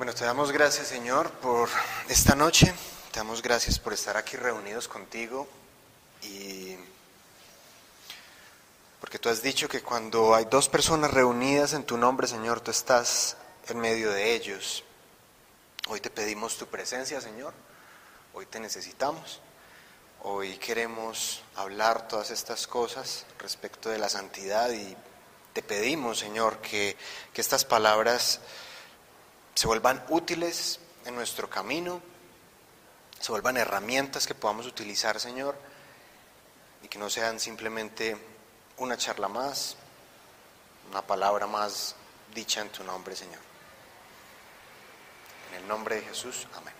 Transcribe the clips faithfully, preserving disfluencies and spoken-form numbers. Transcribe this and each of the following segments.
Bueno, te damos gracias, Señor, por esta noche. Te damos gracias por estar aquí reunidos contigo y porque tú has dicho que cuando hay dos personas reunidas en tu nombre, Señor, tú estás en medio de ellos. Hoy te pedimos tu presencia, Señor. Hoy te necesitamos. Hoy queremos hablar todas estas cosas respecto de la santidad y te pedimos, Señor, que, que estas palabras se vuelvan útiles en nuestro camino, se vuelvan herramientas que podamos utilizar, Señor, y que no sean simplemente una charla más, una palabra más dicha en tu nombre, Señor. En el nombre de Jesús, amén.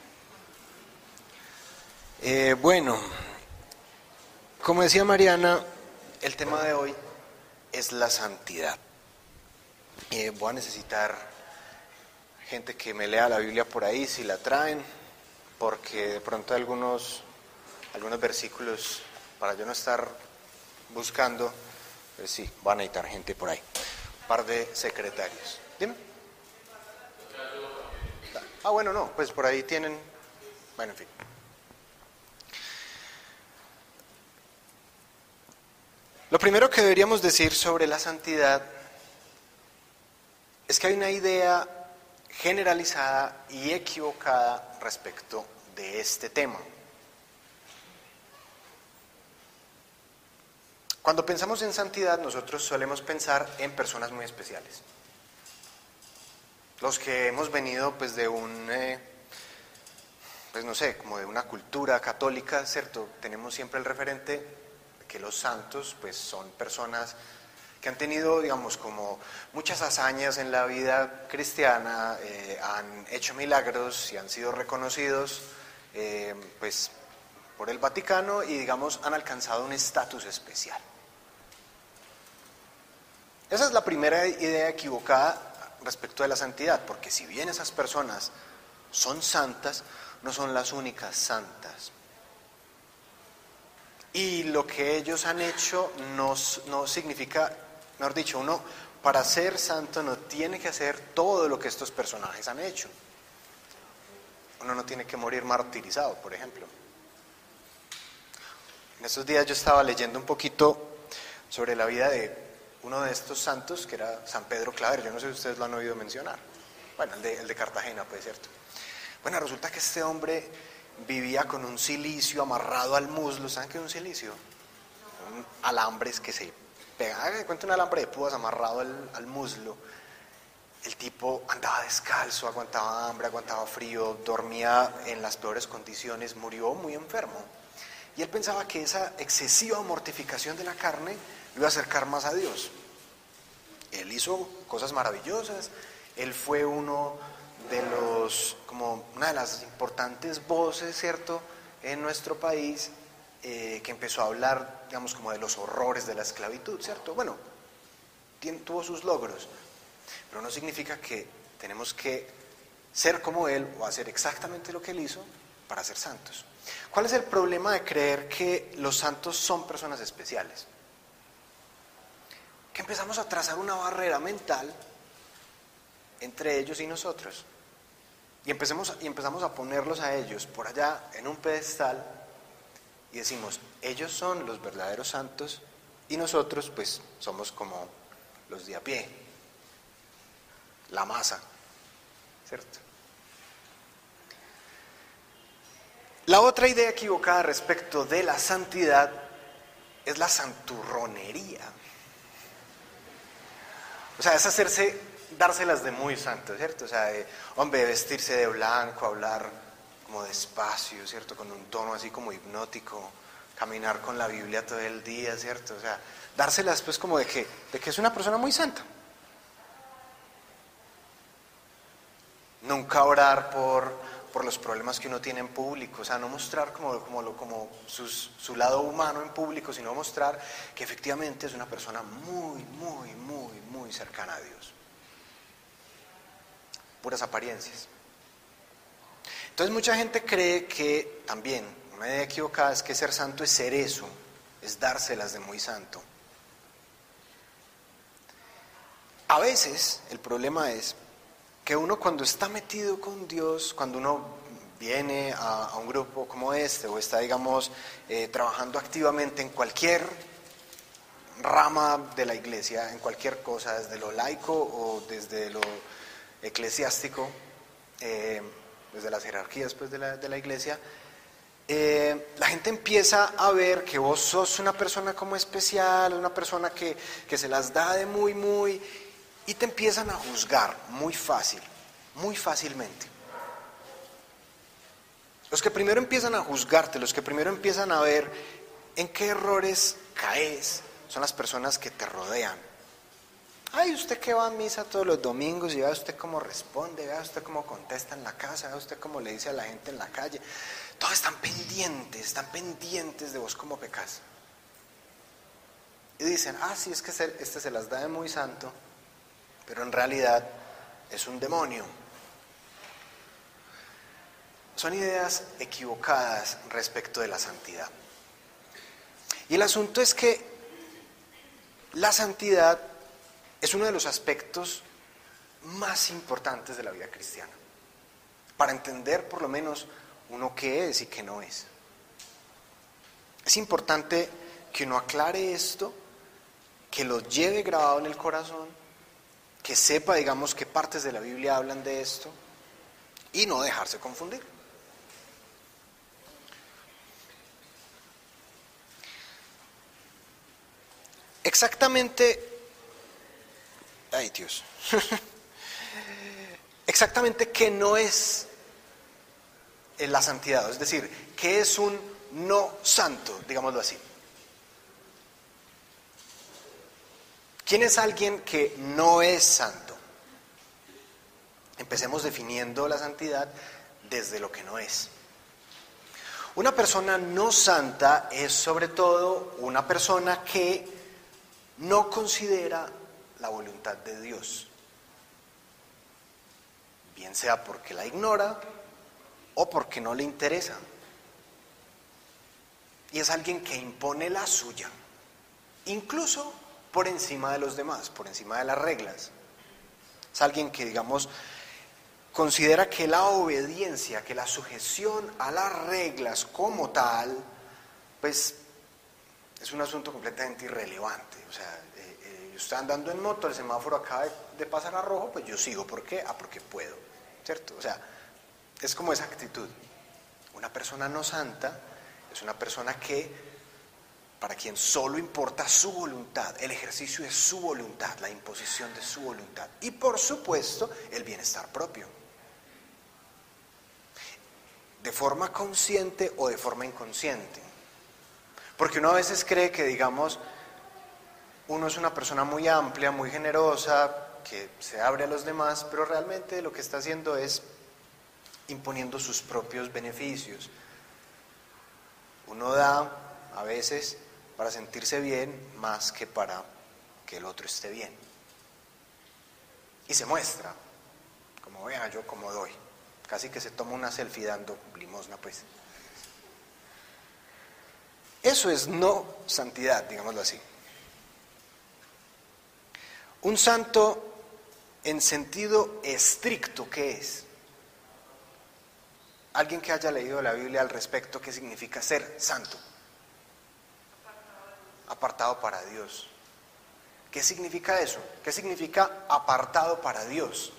Eh, bueno, como decía Mariana, el tema de hoy es la santidad. Eh, voy a necesitar gente que me lea la Biblia por ahí, si la traen, porque de pronto hay algunos, algunos versículos, para yo no estar buscando, pues sí, van a necesitar gente por ahí. Un par de secretarios. Dime. Ah, bueno, no, pues por ahí tienen, bueno, en fin. Lo primero que deberíamos decir sobre la santidad es que hay una idea generalizada y equivocada respecto de este tema. Cuando pensamos en santidad, nosotros solemos pensar en personas muy especiales. Los que hemos venido pues de un, eh, pues no sé, como de una cultura católica, ¿cierto? Tenemos siempre el referente de que los santos pues son personas que han tenido, digamos, como muchas hazañas en la vida cristiana, eh, han hecho milagros y han sido reconocidos, eh, pues, por el Vaticano y, digamos, han alcanzado un estatus especial. Esa es la primera idea equivocada respecto de la santidad, porque si bien esas personas son santas, no son las únicas santas. Y lo que ellos han hecho no, no significa, mejor dicho, uno para ser santo no tiene que hacer todo lo que estos personajes han hecho. Uno no tiene que morir martirizado, por ejemplo. En estos días yo estaba leyendo un poquito sobre la vida de uno de estos santos, que era San Pedro Claver. Yo no sé si ustedes lo han oído mencionar. Bueno, el de, el de Cartagena, pues, ¿cierto? Bueno, resulta que este hombre vivía con un cilicio amarrado al muslo. ¿Saben qué es un cilicio? Un alambres que se pegan. Me cuenta un alambre de púas amarrado al, al muslo. El tipo andaba descalzo, aguantaba hambre, aguantaba frío, dormía en las peores condiciones, murió muy enfermo. Y él pensaba que esa excesiva mortificación de la carne lo iba a acercar más a Dios. Él hizo cosas maravillosas. Él fue uno de los, como una de las importantes voces, ¿cierto?, en nuestro país, eh, que empezó a hablar, digamos, como de los horrores de la esclavitud, ¿cierto? Bueno, tiene, tuvo sus logros, pero no significa que tenemos que ser como él o hacer exactamente lo que él hizo para ser santos. ¿Cuál es el problema de creer que los santos son personas especiales? Que empezamos a trazar una barrera mental entre ellos y nosotros. Y, empecemos, y empezamos a ponerlos a ellos por allá en un pedestal y decimos, ellos son los verdaderos santos y nosotros pues somos como los de a pie, la masa, ¿cierto? La otra idea equivocada respecto de la santidad es la santurronería. O sea, es hacerse, dárselas de muy santo, ¿cierto? O sea, de, hombre, vestirse de blanco, hablar como despacio, ¿cierto? Con un tono así como hipnótico, caminar con la Biblia todo el día, ¿cierto? O sea, dárselas pues como de que, de que es una persona muy santa. Nunca orar por, por los problemas que uno tiene en público, o sea, no mostrar como, como, lo, como sus, su lado humano en público, sino mostrar que efectivamente es una persona muy, muy, muy, muy cercana a Dios. Puras apariencias. Entonces mucha gente cree que también, una idea equivocada es que ser santo es ser eso, es dárselas de muy santo. A veces el problema es que uno cuando está metido con Dios, cuando uno viene a, a un grupo como este o está, digamos, eh, trabajando activamente en cualquier rama de la iglesia, en cualquier cosa, desde lo laico o desde lo eclesiástico, eh, desde las jerarquías pues, de, la, de la iglesia, eh, la gente empieza a ver que vos sos una persona como especial, una persona que, que se las da de muy, muy, y te empiezan a juzgar muy fácil, muy fácilmente. Los que primero empiezan a juzgarte, los que primero empiezan a ver en qué errores caes, son las personas que te rodean. Ay, usted que va a misa todos los domingos y vea usted cómo responde, vea usted cómo contesta en la casa, vea usted cómo le dice a la gente en la calle. Todos están pendientes, están pendientes de vos cómo pecas. Y dicen, ah, sí, es que este se las da de muy santo, pero en realidad es un demonio. Son ideas equivocadas respecto de la santidad. Y el asunto es que la santidad es uno de los aspectos más importantes de la vida cristiana, para entender por lo menos uno qué es y qué no es. Es importante que uno aclare esto, que lo lleve grabado en el corazón, que sepa, digamos, qué partes de la Biblia hablan de esto y no dejarse confundir. Exactamente, ay Dios, exactamente qué no es la santidad, es decir, qué es un no santo, digámoslo así. ¿Quién es alguien que no es santo? Empecemos definiendo la santidad desde lo que no es. Una persona no santa es sobre todo una persona que no considera la voluntad de Dios, bien sea porque la ignora o porque no le interesa. Y es alguien que impone la suya, incluso por encima de los demás, por encima de las reglas. Es alguien que, digamos, considera que la obediencia, que la sujeción a las reglas como tal, pues es un asunto completamente irrelevante. O sea, eh, eh, yo estoy andando en moto, el semáforo acaba de, de pasar a rojo, pues yo sigo. ¿Por qué? Ah, porque puedo, ¿cierto? O sea, es como esa actitud. Una persona no santa es una persona que, para quien solo importa su voluntad, el ejercicio de su voluntad, la imposición de su voluntad y, por supuesto, el bienestar propio. De forma consciente o de forma inconsciente. Porque uno a veces cree que, digamos, uno es una persona muy amplia, muy generosa, que se abre a los demás, pero realmente lo que está haciendo es imponiendo sus propios beneficios. Uno da, a veces, para sentirse bien, más que para que el otro esté bien. Y se muestra, como vean yo como doy. Casi que se toma una selfie dando limosna, pues. Eso es no santidad, digámoslo así. Un santo en sentido estricto, ¿qué es? Alguien que haya leído la Biblia al respecto, ¿qué significa ser santo? Apartado para Dios. ¿Qué significa eso? ¿Qué significa apartado para Dios?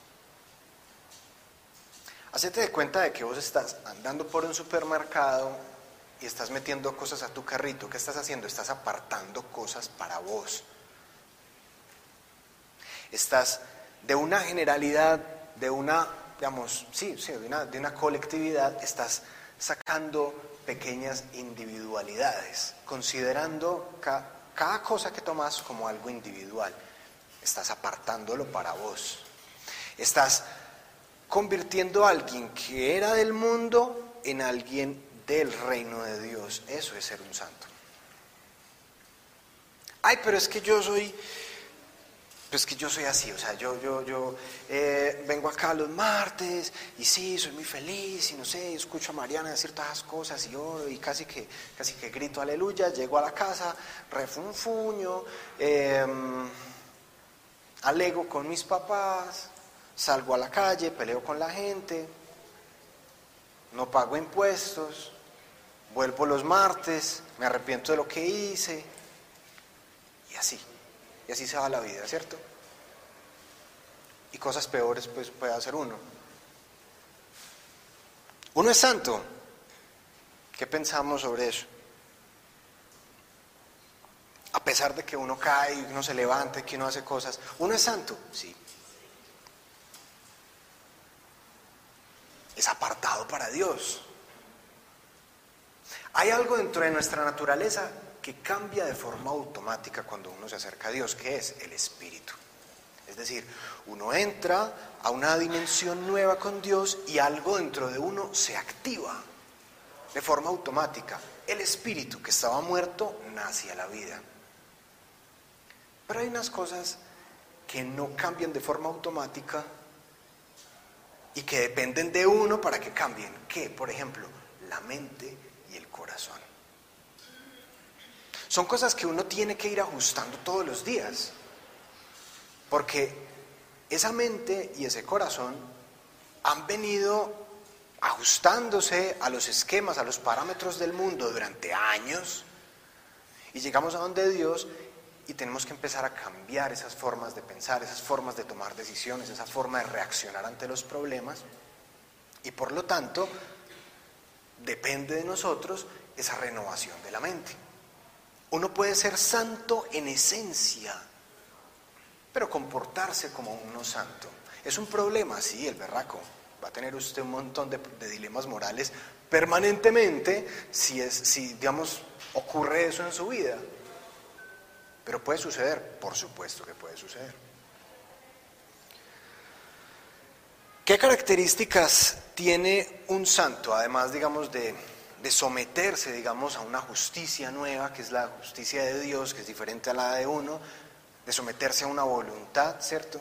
Hacete de cuenta de que vos estás andando por un supermercado y estás metiendo cosas a tu carrito. ¿Qué estás haciendo? Estás apartando cosas para vos. Estás de una generalidad, de una, digamos, sí, sí, de una, de una colectividad, estás sacando pequeñas individualidades, considerando ca, cada cosa que tomas como algo individual. Estás apartándolo para vos. Estás convirtiendo a alguien que era del mundo en alguien del reino de Dios. Eso es ser un santo. Ay, pero es que yo soy, pues que yo soy así, o sea, yo, yo, yo eh, vengo acá los martes y sí, soy muy feliz y no sé, escucho a Mariana decir todas las cosas y oro y casi que, casi que grito aleluya, llego a la casa, refunfuño, eh, alego con mis papás, salgo a la calle, peleo con la gente, no pago impuestos, vuelvo los martes, me arrepiento de lo que hice, y así, y así se va la vida, ¿cierto? Y cosas peores pues puede hacer uno. Uno es santo. ¿Qué pensamos sobre eso? A pesar de que uno cae y uno se levanta, que uno hace cosas, ¿uno es santo? Sí. Es apartado para Dios. Hay algo dentro de nuestra naturaleza que cambia de forma automática cuando uno se acerca a Dios, que es el Espíritu. Es decir, uno entra a una dimensión nueva con Dios y algo dentro de uno se activa de forma automática. El espíritu que estaba muerto nace a la vida. Pero hay unas cosas que no cambian de forma automática y que dependen de uno para que cambien. ¿Qué? Por ejemplo, la mente y el corazón. Son cosas que uno tiene que ir ajustando todos los días. Porque esa mente y ese corazón han venido ajustándose a los esquemas, a los parámetros del mundo durante años, y llegamos a donde Dios y tenemos que empezar a cambiar esas formas de pensar, esas formas de tomar decisiones, esa forma de reaccionar ante los problemas, y por lo tanto depende de nosotros esa renovación de la mente. Uno puede ser santo en esencia, pero comportarse como un no santo es un problema, sí, el berraco. Va a tener usted un montón de, de dilemas morales permanentemente si, es, si, digamos, ocurre eso en su vida. Pero puede suceder, por supuesto que puede suceder. ¿Qué características tiene un santo, además, digamos, de, de someterse, digamos, a una justicia nueva, que es la justicia de Dios, que es diferente a la de uno? De someterse a una voluntad, ¿cierto?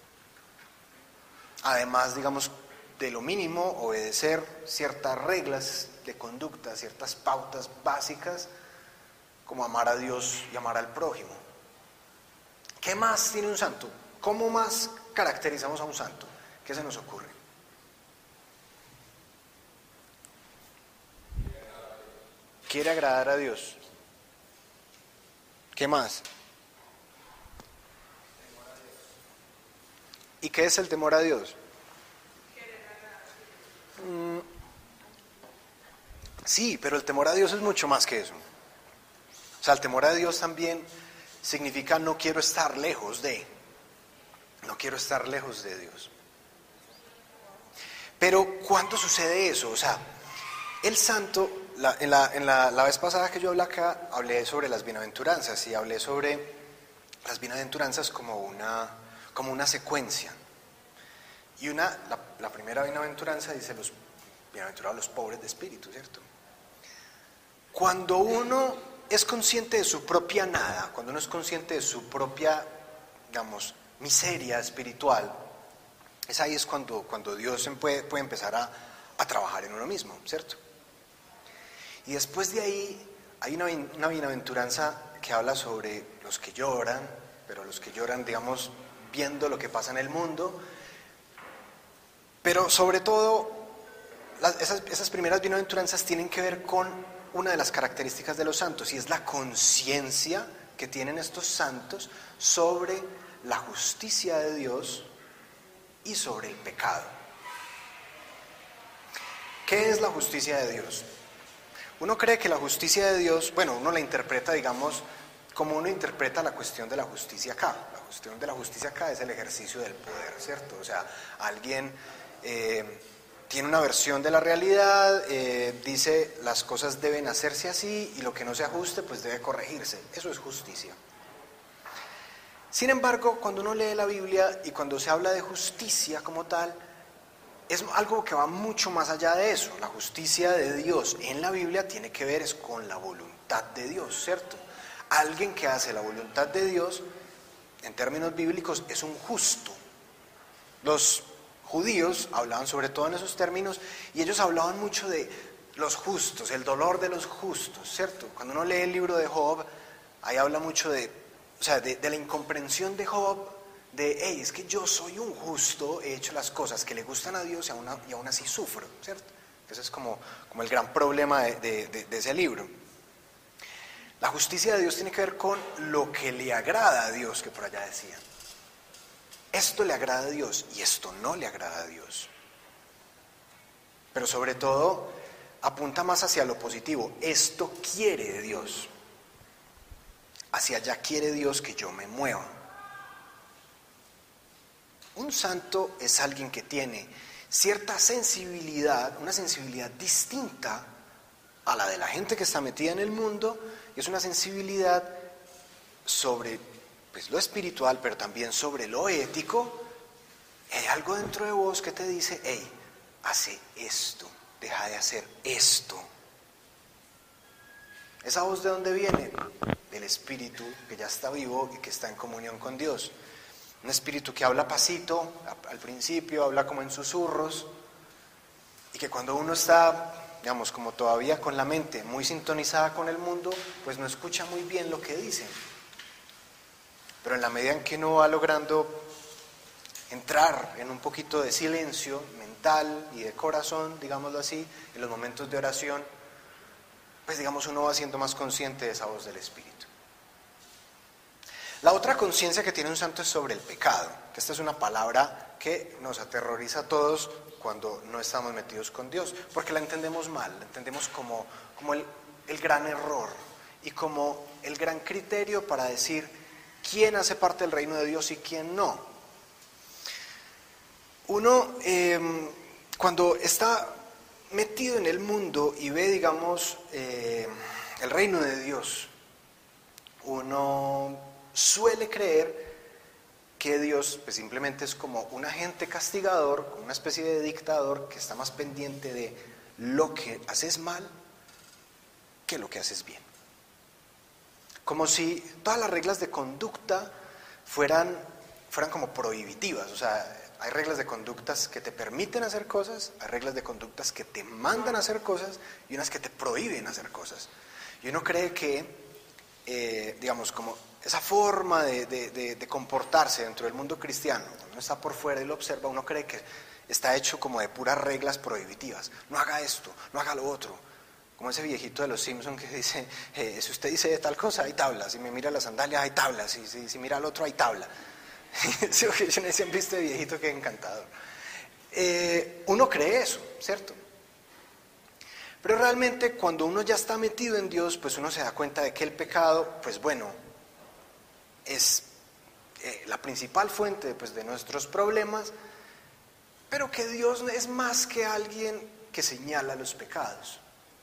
Además, digamos, de lo mínimo, obedecer ciertas reglas de conducta, ciertas pautas básicas, como amar a Dios y amar al prójimo. ¿Qué más tiene un santo? ¿Cómo más caracterizamos a un santo? ¿Qué se nos ocurre? Quiere agradar a Dios. ¿Qué más? ¿Y qué es el temor a Dios? Mm, sí, pero el temor a Dios es mucho más que eso. O sea, el temor a Dios también significa no quiero estar lejos de, no quiero estar lejos de Dios. Pero ¿cuándo sucede eso? O sea, el santo, la, en, la, en la, la vez pasada que yo hablé acá, hablé sobre las bienaventuranzas y hablé sobre las bienaventuranzas como una... como una secuencia. Y una, la, la primera bienaventuranza dice los bienaventurados los pobres de espíritu, ¿cierto? Cuando uno es consciente de su propia nada, cuando uno es consciente de su propia, digamos, miseria espiritual, es ahí es cuando, cuando Dios puede, puede empezar a, a trabajar en uno mismo, ¿cierto? Y después de ahí hay una, una bienaventuranza que habla sobre los que lloran, pero los que lloran, digamos, viendo lo que pasa en el mundo, pero sobre todo las, esas, esas primeras bienaventuranzas tienen que ver con una de las características de los santos, y es la conciencia que tienen estos santos sobre la justicia de Dios y sobre el pecado. ¿Qué es la justicia de Dios? Uno cree que la justicia de Dios, bueno, uno la interpreta, digamos, como uno interpreta la cuestión de la justicia acá. La cuestión de la justicia acá es el ejercicio del poder, ¿cierto? O sea, alguien eh, tiene una versión de la realidad, eh, dice las cosas deben hacerse así y lo que no se ajuste pues debe corregirse. Eso es justicia. Sin embargo, cuando uno lee la Biblia y cuando se habla de justicia como tal, es algo que va mucho más allá de eso. La justicia de Dios en la Biblia tiene que ver es con la voluntad de Dios, ¿cierto? Alguien que hace la voluntad de Dios, en términos bíblicos, es un justo. Los judíos hablaban sobre todo en esos términos y ellos hablaban mucho de los justos, el dolor de los justos, ¿cierto? Cuando uno lee el libro de Job, ahí habla mucho de, o sea, de, de la incomprensión de Job, de, hey, es que yo soy un justo, he hecho las cosas que le gustan a Dios y aún, y aún así sufro, ¿cierto? Ese es como, como el gran problema de, de, de, de ese libro. La justicia de Dios tiene que ver con lo que le agrada a Dios, que por allá decían. Esto le agrada a Dios y esto no le agrada a Dios. Pero sobre todo, apunta más hacia lo positivo. Esto quiere de Dios. Hacia allá quiere Dios que yo me mueva. Un santo es alguien que tiene cierta sensibilidad, una sensibilidad distinta a la de la gente que está metida en el mundo, y es una sensibilidad sobre pues, lo espiritual, pero también sobre lo ético. Hay algo dentro de vos que te dice, hey, hace esto, deja de hacer esto. ¿Esa voz de dónde viene? Del espíritu que ya está vivo y que está en comunión con Dios. Un espíritu que habla pasito, al principio habla como en susurros, y que cuando uno está, digamos, como todavía con la mente muy sintonizada con el mundo, pues no escucha muy bien lo que dicen. Pero en la medida en que uno va logrando entrar en un poquito de silencio mental y de corazón, digámoslo así, en los momentos de oración, pues digamos uno va siendo más consciente de esa voz del Espíritu. La otra conciencia que tiene un santo es sobre el pecado, que esta es una palabra que nos aterroriza a todos cuando no estamos metidos con Dios, porque la entendemos mal, la entendemos como, como el, el gran error y como el gran criterio para decir quién hace parte del reino de Dios y quién no. Uno, eh, cuando está metido en el mundo y ve, digamos, eh, el reino de Dios, uno suele creer que Dios pues, simplemente es como un agente castigador, como una especie de dictador que está más pendiente de lo que haces mal que lo que haces bien. Como si todas las reglas de conducta fueran, fueran como prohibitivas. O sea, hay reglas de conductas que te permiten hacer cosas, hay reglas de conductas que te mandan a hacer cosas y unas que te prohíben hacer cosas. Y uno cree que, eh, digamos, como esa forma de, de, de, de comportarse dentro del mundo cristiano, cuando uno está por fuera y lo observa, uno cree que está hecho como de puras reglas prohibitivas. No haga esto, no haga lo otro. Como ese viejito de los Simpsons que dice, eh, si usted dice tal cosa, hay tablas. Si me mira las sandalias, hay tablas. Si, si, si mira al otro, hay tabla. Yo siempre visto de viejito que encantador. Eh, uno cree eso, ¿cierto? Pero realmente cuando uno ya está metido en Dios, pues uno se da cuenta de que el pecado, pues bueno, es eh, la principal fuente pues, de nuestros problemas, pero que Dios es más que alguien que señala los pecados.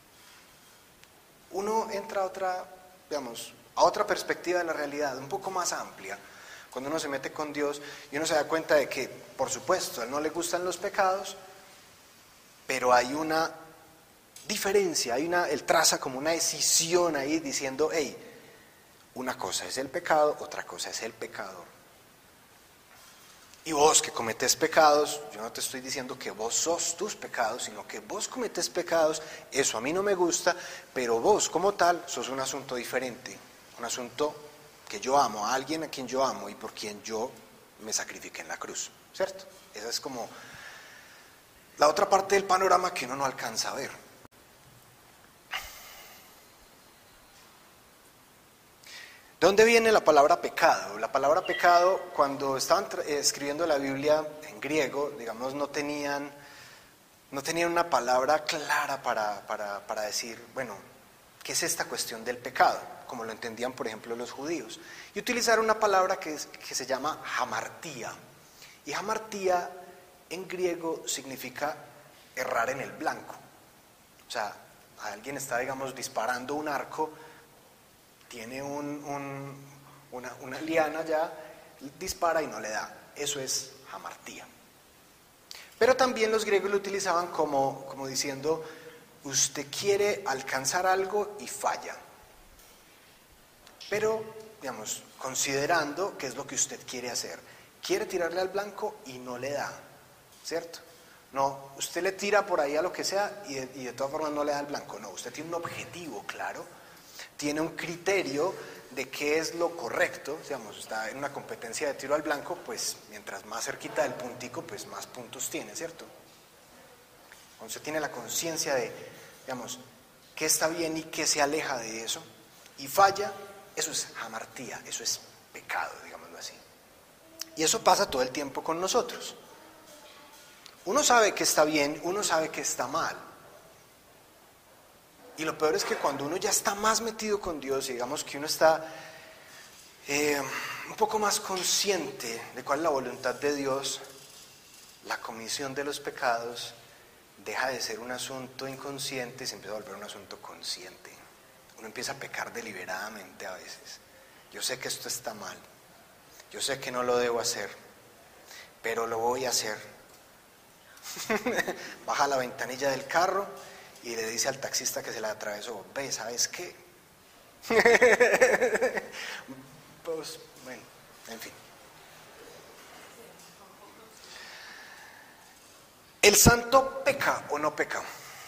Uno entra a otra, digamos, a otra perspectiva de la realidad, un poco más amplia, cuando uno se mete con Dios y uno se da cuenta de que, por supuesto, a él no le gustan los pecados, pero hay una diferencia, hay una, él traza como una decisión ahí diciendo, hey, una cosa es el pecado, otra cosa es el pecador. Y vos que cometés pecados, yo no te estoy diciendo que vos sos tus pecados, sino que vos cometés pecados, eso a mí no me gusta, pero vos como tal sos un asunto diferente, un asunto que yo amo, a alguien a quien yo amo y por quien yo me sacrifiqué en la cruz, ¿cierto? Esa es como la otra parte del panorama que uno no alcanza a ver. ¿De dónde viene la palabra pecado? La palabra pecado, cuando estaban escribiendo la Biblia en griego, digamos, no tenían, no tenían una palabra clara para, para, para decir, bueno, ¿qué es esta cuestión del pecado? Como lo entendían, por ejemplo, los judíos. Y utilizaron una palabra que, es, que se llama hamartía. Y hamartía en griego significa errar en el blanco. O sea, alguien está, digamos, disparando un arco, tiene un, un, una, una liana ya, dispara y no le da. Eso es hamartía. Pero también los griegos lo utilizaban como, como diciendo, usted quiere alcanzar algo y falla. Pero, digamos, considerando qué es lo que usted quiere hacer. Quiere tirarle al blanco y no le da, ¿cierto? No, usted le tira por ahí a lo que sea y de, y de todas formas no le da al blanco. No, usted tiene un objetivo claro. tiene un criterio de qué es lo correcto, digamos, está en una competencia de tiro al blanco, pues mientras más cerquita del puntico, pues más puntos tiene, ¿cierto? Cuando usted tiene la conciencia de, digamos, qué está bien y qué se aleja de eso, y falla, eso es hamartía, eso es pecado, digámoslo así. Y eso pasa todo el tiempo con nosotros. Uno sabe que está bien, uno sabe que está mal. Y lo peor es que cuando uno ya está más metido con Dios, y digamos que uno está eh, un poco más consciente de cuál es la voluntad de Dios, la comisión de los pecados deja de ser un asunto inconsciente y se empieza a volver un asunto consciente. Uno empieza a pecar deliberadamente a veces. Yo sé que esto está mal, yo sé que no lo debo hacer, pero lo voy a hacer. Baja la ventanilla del carro y le dice al taxista que se la atravesó: ve, ¿sabes qué? Pues, bueno, en fin. ¿El santo peca o no peca?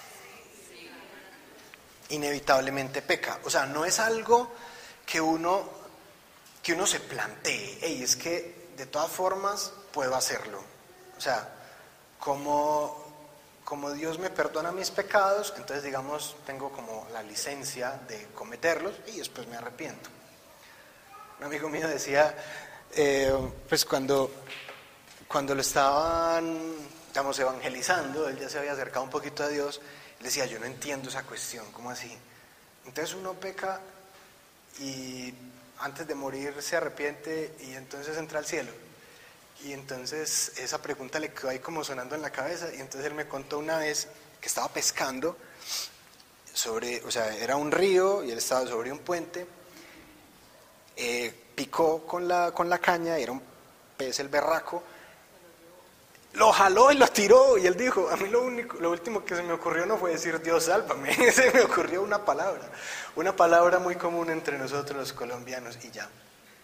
Inevitablemente peca. O sea, no es algo que uno, que uno se plantee, hey, es que de todas formas puedo hacerlo. O sea, como... Como Dios me perdona mis pecados, entonces digamos, tengo como la licencia de cometerlos y después me arrepiento. Un amigo mío decía, eh, pues cuando, cuando lo estaban, digamos, evangelizando, él ya se había acercado un poquito a Dios, él decía, yo no entiendo esa cuestión, ¿cómo así? Entonces uno peca y antes de morir se arrepiente y entonces entra al cielo. Y entonces esa pregunta le quedó ahí como sonando en la cabeza, y entonces él me contó una vez que estaba pescando sobre, o sea, era un río y él estaba sobre un puente, eh, picó con la, con la caña, era un pez el berraco, lo jaló y lo tiró, y él dijo, a mí lo único, lo último que se me ocurrió no fue decir Dios sálvame, se me ocurrió una palabra, una palabra muy común entre nosotros los colombianos, y ya.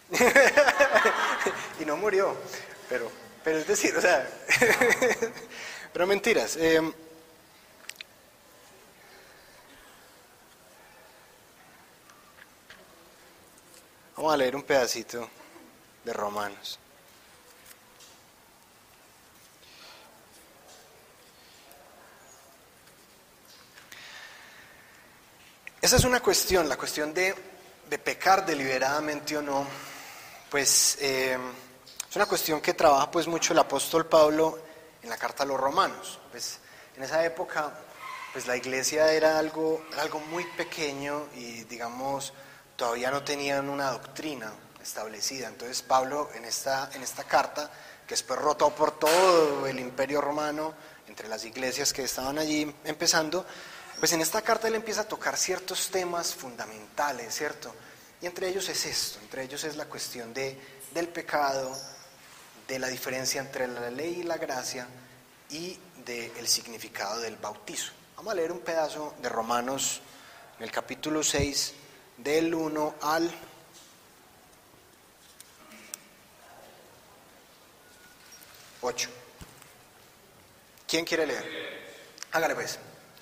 Y no murió. Pero, pero es decir, o sea, pero mentiras. Eh, vamos a leer un pedacito de Romanos. Esa es una cuestión, la cuestión de, de pecar deliberadamente o no, pues... Eh, Es una cuestión que trabaja pues mucho el apóstol Pablo en la carta a los romanos. Pues en esa época pues la iglesia era algo, algo muy pequeño y digamos todavía no tenían una doctrina establecida. Entonces Pablo en esta, en esta carta, que después rotó por todo el imperio romano, entre las iglesias que estaban allí empezando, pues en esta carta él empieza a tocar ciertos temas fundamentales, ¿cierto? Y entre ellos es esto, entre ellos es la cuestión de, del pecado, de la diferencia entre la ley y la gracia y del significado del bautizo. Vamos a leer un pedazo de Romanos en el capítulo seis, del uno al ocho. ¿Quién quiere leer? Hágale pues.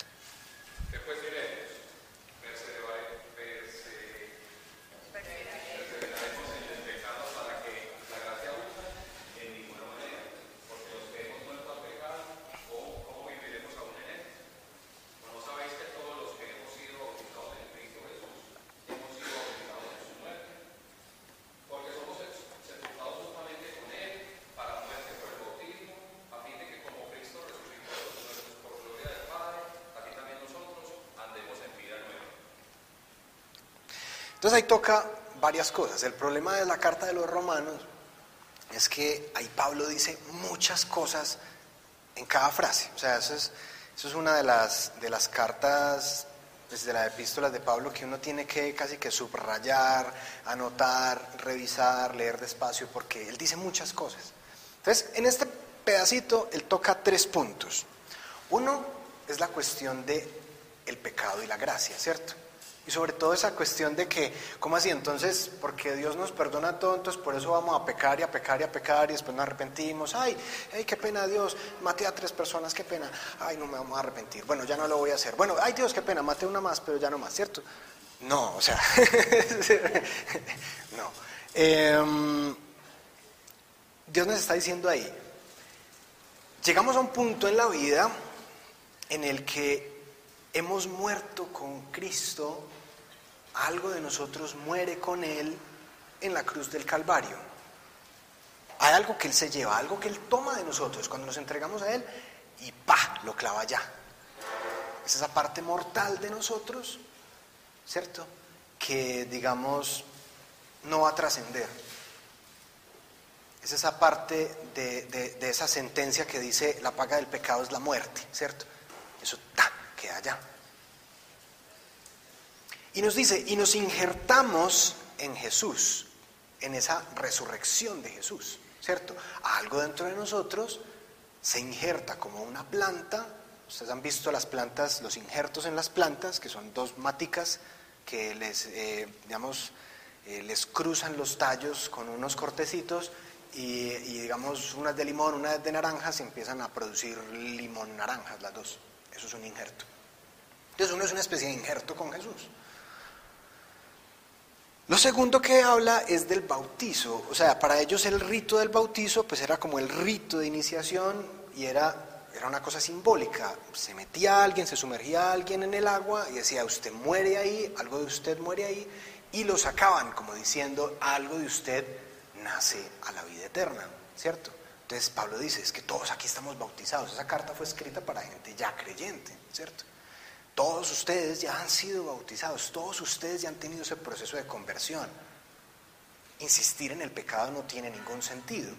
Entonces ahí toca varias cosas. El problema de la carta de los romanos es que ahí Pablo dice muchas cosas en cada frase. O sea, eso es, eso es una de las, de las cartas, pues, de las epístolas de Pablo que uno tiene que casi que subrayar, anotar, revisar, leer despacio, porque él dice muchas cosas. Entonces, en este pedacito él toca tres puntos. Uno es la cuestión de el pecado y la gracia, ¿cierto? Y sobre todo esa cuestión de que, ¿cómo así? Entonces, porque Dios nos perdona todo, entonces por eso vamos a pecar y a pecar y a pecar y después nos arrepentimos. Ay, ay, qué pena Dios, maté a tres personas, qué pena. Ay, no me vamos a arrepentir. Bueno, ya no lo voy a hacer. Bueno, ay Dios, qué pena, maté una más, pero ya no más, ¿cierto? No, o sea, no. Eh, Dios nos está diciendo ahí, llegamos a un punto en la vida en el que hemos muerto con Cristo, algo de nosotros muere con Él en la cruz del Calvario. Hay algo que Él se lleva, algo que Él toma de nosotros cuando nos entregamos a Él y ¡pa!, lo clava allá. Es esa parte mortal de nosotros, ¿cierto?, que digamos no va a trascender. Es esa parte de, de, de esa sentencia que dice la paga del pecado es la muerte, ¿cierto? Eso ¡ta!, queda allá. Y nos dice, y nos injertamos en Jesús, en esa resurrección de Jesús, ¿cierto? Algo dentro de nosotros se injerta como una planta. Ustedes han visto las plantas, los injertos en las plantas, que son dos maticas que les, eh, digamos, eh, les cruzan los tallos con unos cortecitos y, y digamos, unas de limón, unas de naranjas, y empiezan a producir limón naranjas, las dos. Eso es un injerto. Entonces uno es una especie de injerto con Jesús. Lo segundo que habla es del bautizo. O sea, para ellos el rito del bautizo pues era como el rito de iniciación y era, era una cosa simbólica. Se metía alguien, se sumergía alguien en el agua y decía, usted muere ahí, algo de usted muere ahí, y lo sacaban como diciendo, algo de usted nace a la vida eterna, ¿cierto? Entonces Pablo dice, es que todos aquí estamos bautizados. Esa carta fue escrita para gente ya creyente, ¿cierto? Todos ustedes ya han sido bautizados, todos ustedes ya han tenido ese proceso de conversión. Insistir en el pecado no tiene ningún sentido.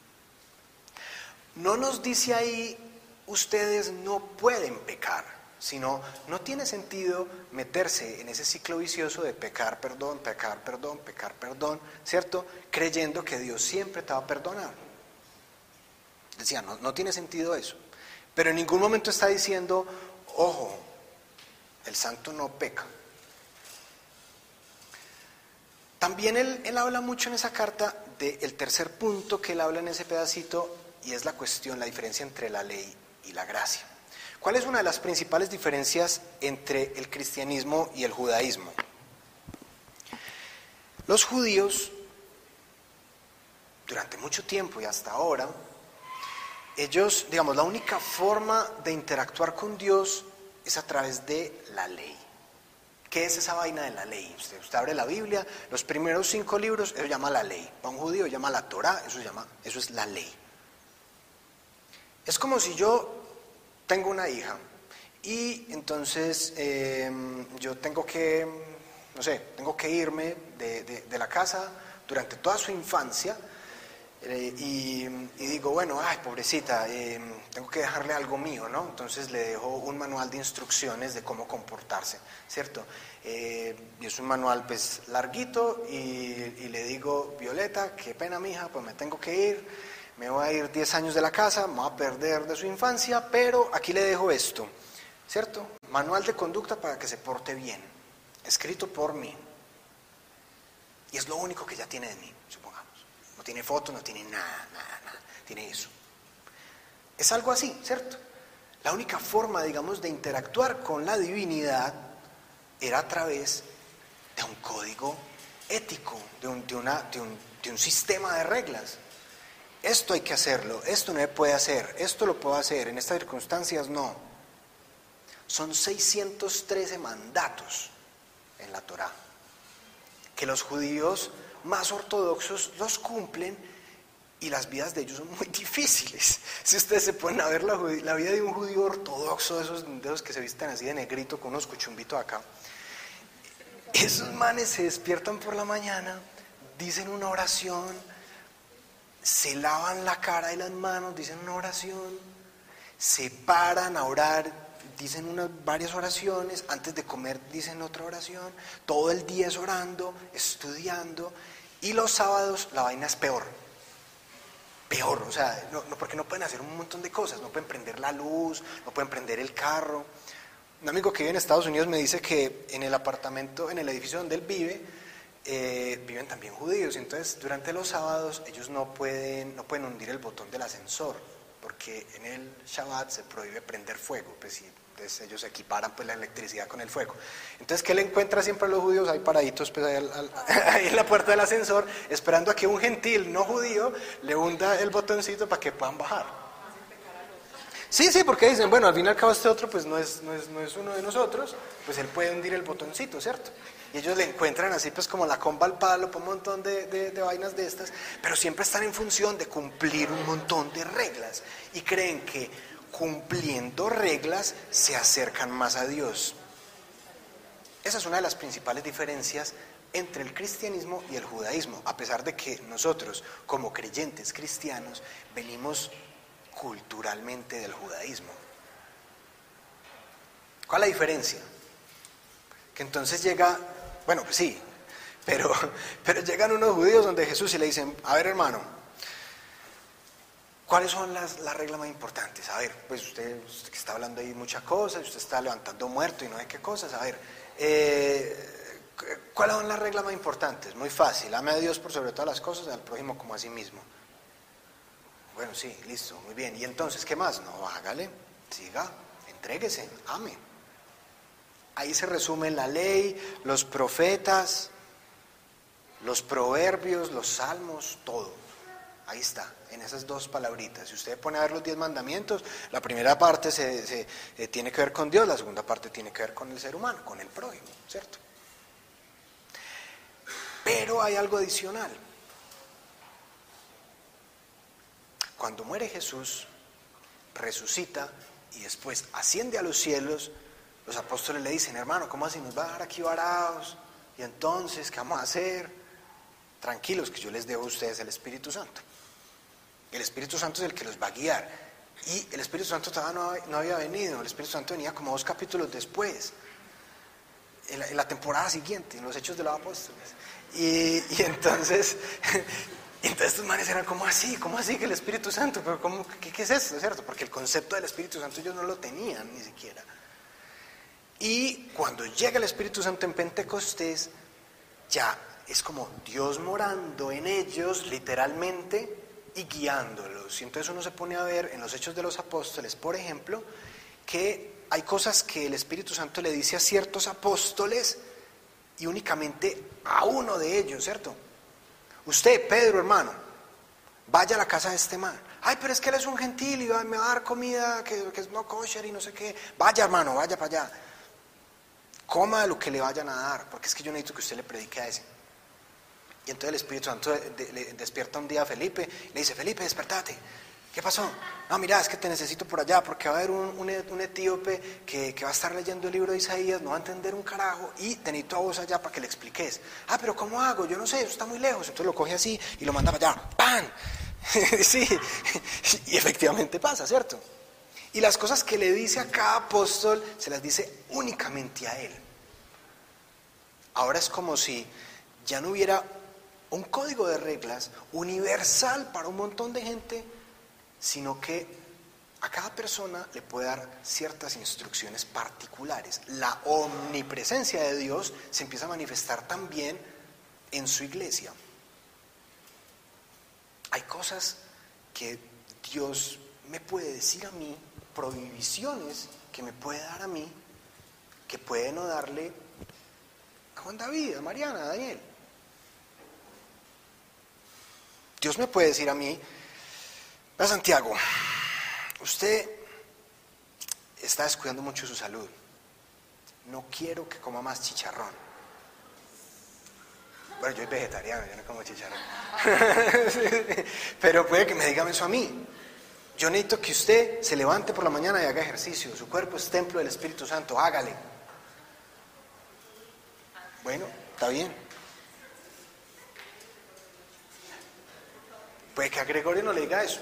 No nos dice ahí, ustedes no pueden pecar, sino no tiene sentido meterse en ese ciclo vicioso de pecar, perdón, pecar, perdón, pecar, perdón, ¿cierto? Creyendo que Dios siempre te va a perdonar. Decía, no, no tiene sentido eso. Pero en ningún momento está diciendo, ojo, el santo no peca. También él, él habla mucho en esa carta del tercer punto que él habla en ese pedacito, y es la cuestión, la diferencia entre la ley y la gracia. ¿Cuál es una de las principales diferencias entre el cristianismo y el judaísmo? Los judíos, durante mucho tiempo y hasta ahora, ellos, digamos, la única forma de interactuar con Dios es a través de la ley. ¿Qué es esa vaina de la ley? Usted, usted abre la Biblia, los primeros cinco libros, eso llama la ley. Para un judío llama la Torá, eso, llama, eso es la ley. Es como si yo tengo una hija y entonces eh, yo tengo que, no sé, tengo que irme de, de, de la casa durante toda su infancia. Eh, y, y digo, bueno, ay, pobrecita, eh, tengo que dejarle algo mío, ¿no? Entonces le dejo un manual de instrucciones de cómo comportarse, ¿cierto? Eh, y es un manual, pues, larguito, y, y le digo, Violeta, qué pena, mija, pues me tengo que ir, me voy a ir diez años de la casa, me voy a perder de su infancia, pero aquí le dejo esto, ¿cierto? Manual de conducta para que se porte bien, escrito por mí. Y es lo único que ya tiene de mí, supongamos. No tiene foto, no tiene nada, nada, nada. Tiene eso. Es algo así, ¿cierto? La única forma, digamos, de interactuar con la divinidad era a través de un código ético, de un, de una, de un, de un sistema de reglas. Esto hay que hacerlo, esto no se puede hacer, esto lo puedo hacer, en estas circunstancias no. Son seiscientos trece mandatos en la Torá, que los judíos más ortodoxos los cumplen, y las vidas de ellos son muy difíciles. Si ustedes se ponen a ver la, la vida de un judío ortodoxo, de esos, de esos que se visten así de negrito con unos cuchumbitos acá, esos manes se despiertan por la mañana, dicen una oración, se lavan la cara y las manos, dicen una oración, se paran a orar, dicen unas varias oraciones, antes de comer dicen otra oración, todo el día es orando, estudiando, y los sábados la vaina es peor, peor, o sea, no, no, porque no pueden hacer un montón de cosas, no pueden prender la luz, no pueden prender el carro. Un amigo que vive en Estados Unidos me dice que en el apartamento, en el edificio donde él vive, eh, viven también judíos, entonces durante los sábados ellos no pueden, no pueden hundir el botón del ascensor, porque en el Shabbat se prohíbe prender fuego, pues si Entonces ellos equiparan pues la electricidad con el fuego. Entonces, ¿qué le encuentra siempre a los judíos? Ahí paraditos pues, ahí, al, al, ahí en la puerta del ascensor, esperando a que un gentil no judío le hunda el botoncito para que puedan bajar. Sí, sí, porque dicen, bueno, al fin y al cabo este otro pues no es, no es, no es uno de nosotros, pues él puede hundir el botoncito, ¿cierto? Y ellos le encuentran así pues como la comba al palo, un montón de, de, de vainas de estas, pero siempre están en función de cumplir un montón de reglas y creen que cumpliendo reglas se acercan más a Dios. Esa es una de las principales diferencias entre el cristianismo y el judaísmo, a pesar de que nosotros como creyentes cristianos venimos culturalmente del judaísmo. ¿Cuál es la diferencia? Que entonces llega, bueno, pues sí, pero, pero llegan unos judíos donde Jesús y le dicen, a ver hermano, ¿cuáles son las, las reglas más importantes? A ver, pues usted, usted que está hablando ahí muchas cosas, usted está levantando muertos y no sé qué cosas, a ver, eh, ¿cuáles son las reglas más importantes? Muy fácil, ame a Dios por sobre todas las cosas y al prójimo como a sí mismo. Bueno, sí, listo, muy bien. ¿Y entonces qué más? No, hágale, siga, entréguese, ame. Ahí se resumen la ley, los profetas, los proverbios, los salmos, todo. Ahí está, en esas dos palabritas. Si usted pone a ver los diez mandamientos, la primera parte se, se, eh, tiene que ver con Dios, la segunda parte tiene que ver con el ser humano, con el prójimo, ¿cierto? Pero hay algo adicional. Cuando muere Jesús, resucita y después asciende a los cielos, los apóstoles le dicen, hermano, ¿cómo así nos va a dejar aquí varados? Y entonces, ¿qué vamos a hacer? Tranquilos, que yo les debo a ustedes el Espíritu Santo. El Espíritu Santo es el que los va a guiar. Y el Espíritu Santo todavía no había venido, el Espíritu Santo venía como dos capítulos después, en la, en la temporada siguiente, en los Hechos de los Apóstoles. Y, y entonces... Y entonces estos manes eran, ¿cómo así? ¿Cómo así que el Espíritu Santo? ¿Pero cómo, qué, ¿Qué es esto? ¿Cierto? Porque el concepto del Espíritu Santo ellos no lo tenían ni siquiera. Y cuando llega el Espíritu Santo en Pentecostés, ya es como Dios morando en ellos, literalmente, y guiándolos. Y entonces uno se pone a ver en los Hechos de los Apóstoles, por ejemplo, que hay cosas que el Espíritu Santo le dice a ciertos apóstoles y únicamente a uno de ellos, ¿cierto? Usted, Pedro, hermano, vaya a la casa de este man. Ay, pero es que él es un gentil y me va a dar comida que, que es no kosher y no sé qué. Vaya, hermano, vaya para allá. Coma lo que le vayan a dar, porque es que yo necesito que usted le predique a ese. Y entonces el Espíritu Santo de, de, le despierta un día a Felipe, le dice, Felipe, despertate. ¿Qué pasó? No, mira, es que te necesito por allá, porque va a haber un, un, un etíope que, que va a estar leyendo el libro de Isaías, no va a entender un carajo, y te necesito a vos allá para que le expliques. Ah, pero ¿cómo hago? Yo no sé, eso está muy lejos. Entonces lo coge así y lo manda para allá. ¡Pam! Sí, y efectivamente pasa, ¿cierto? Y las cosas que le dice a cada apóstol, se las dice únicamente a él. Ahora es como si ya no hubiera un código de reglas universal para un montón de gente, sino que a cada persona le puede dar ciertas instrucciones particulares. La omnipresencia de Dios se empieza a manifestar también en su iglesia. Hay cosas que Dios me puede decir a mí, prohibiciones que me puede dar a mí, que puede no darle a Juan David, a Mariana, a Daniel. Dios me puede decir a mí, a Santiago, usted está descuidando mucho su salud. No quiero que coma más chicharrón. Bueno, yo soy vegetariano, yo no como chicharrón. Pero puede que me digan eso a mí. Yo necesito que usted se levante por la mañana y haga ejercicio. Su cuerpo es templo del Espíritu Santo, hágale. Bueno, está bien. Puede que a Gregorio no le diga eso.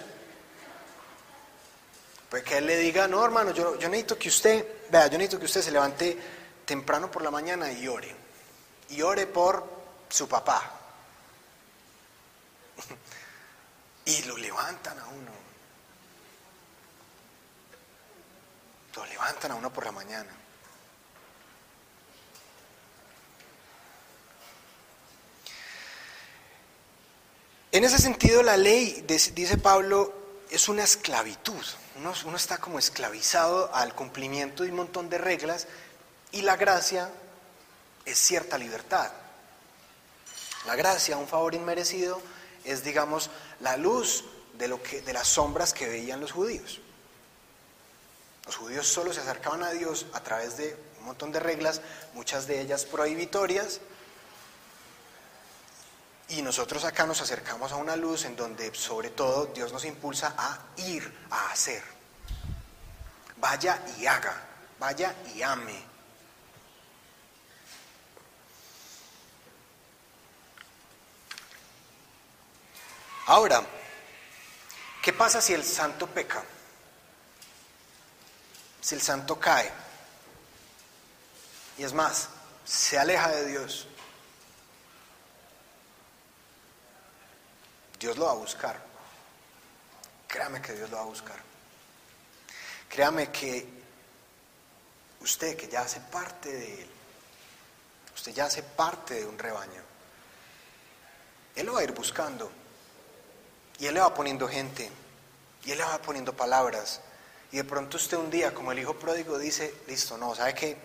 Puede que él le diga, no hermano, yo, yo necesito que usted, vea, yo necesito que usted se levante temprano por la mañana y ore. Y ore por su papá. Y lo levantan a uno. Lo levantan a uno por la mañana. En ese sentido, la ley, dice Pablo, es una esclavitud. Uno, uno está como esclavizado al cumplimiento de un montón de reglas, y la gracia es cierta libertad. La gracia, un favor inmerecido, es, digamos, la luz de, lo que, de las sombras que veían los judíos. Los judíos solo se acercaban a Dios a través de un montón de reglas, muchas de ellas prohibitorias, y nosotros acá nos acercamos a una luz en donde sobre todo Dios nos impulsa a ir, a hacer. Vaya y haga, vaya y ame. Ahora, ¿qué pasa si el santo peca? Si el santo cae, y es más, se aleja de Dios, Dios lo va a buscar. Créame que Dios lo va a buscar. Créame que usted, que ya hace parte de Él, usted ya hace parte de un rebaño, Él lo va a ir buscando, y Él le va poniendo gente, y Él le va poniendo palabras, y de pronto usted un día, como el hijo pródigo, dice, listo, no, ¿sabe qué?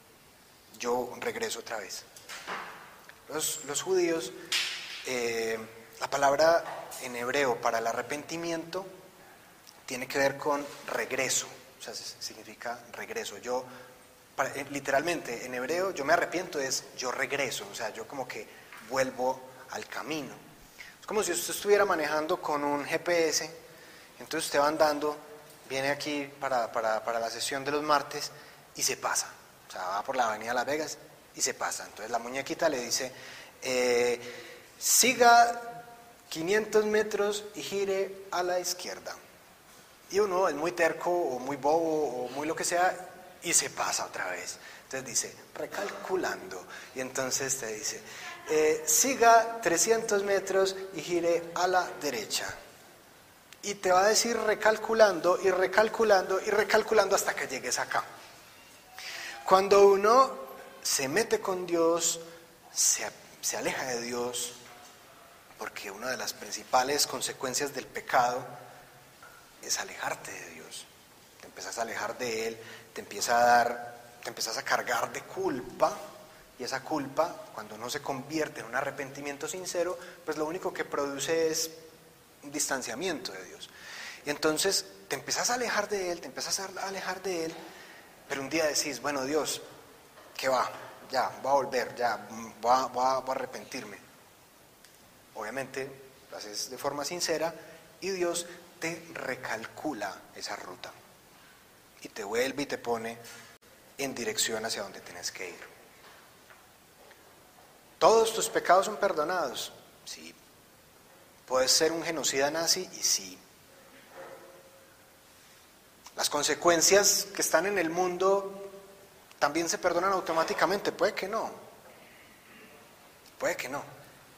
Yo regreso otra vez. Los, los judíos, eh, la palabra en hebreo para el arrepentimiento tiene que ver con regreso, o sea, significa regreso. Yo, para, literalmente, en hebreo, yo me arrepiento es yo regreso, o sea, yo como que vuelvo al camino. Es como si usted estuviera manejando con un G P S, entonces usted va andando, viene aquí para, para, para la sesión de los martes y se pasa, o sea, va por la avenida Las Vegas y se pasa. Entonces la muñequita le dice, eh, siga quinientos metros y gire a la izquierda. Y uno es muy terco o muy bobo o muy lo que sea y se pasa otra vez. Entonces dice, recalculando. Y entonces te dice, eh, siga trescientos metros y gire a la derecha. Y te va a decir recalculando y recalculando y recalculando hasta que llegues acá. Cuando uno se mete con Dios, se, se aleja de Dios, porque una de las principales consecuencias del pecado es alejarte de Dios. Te empiezas a alejar de Él, te empieza a dar, te empiezas a cargar de culpa, y esa culpa, cuando no se convierte en un arrepentimiento sincero, pues lo único que produce es un distanciamiento de Dios. Y entonces te empiezas a alejar de Él, te empiezas a alejar de Él, pero un día decís, bueno, Dios, ¿qué va? Ya, voy a volver, ya, voy a, voy a, voy a arrepentirme. Obviamente lo haces de forma sincera y Dios te recalcula esa ruta y te vuelve y te pone en dirección hacia donde tienes que ir. ¿Todos tus pecados son perdonados? Sí. ¿Puedes ser un genocida nazi? Y sí. ¿Las consecuencias que están en el mundo también se perdonan automáticamente? Puede que no. Puede que no.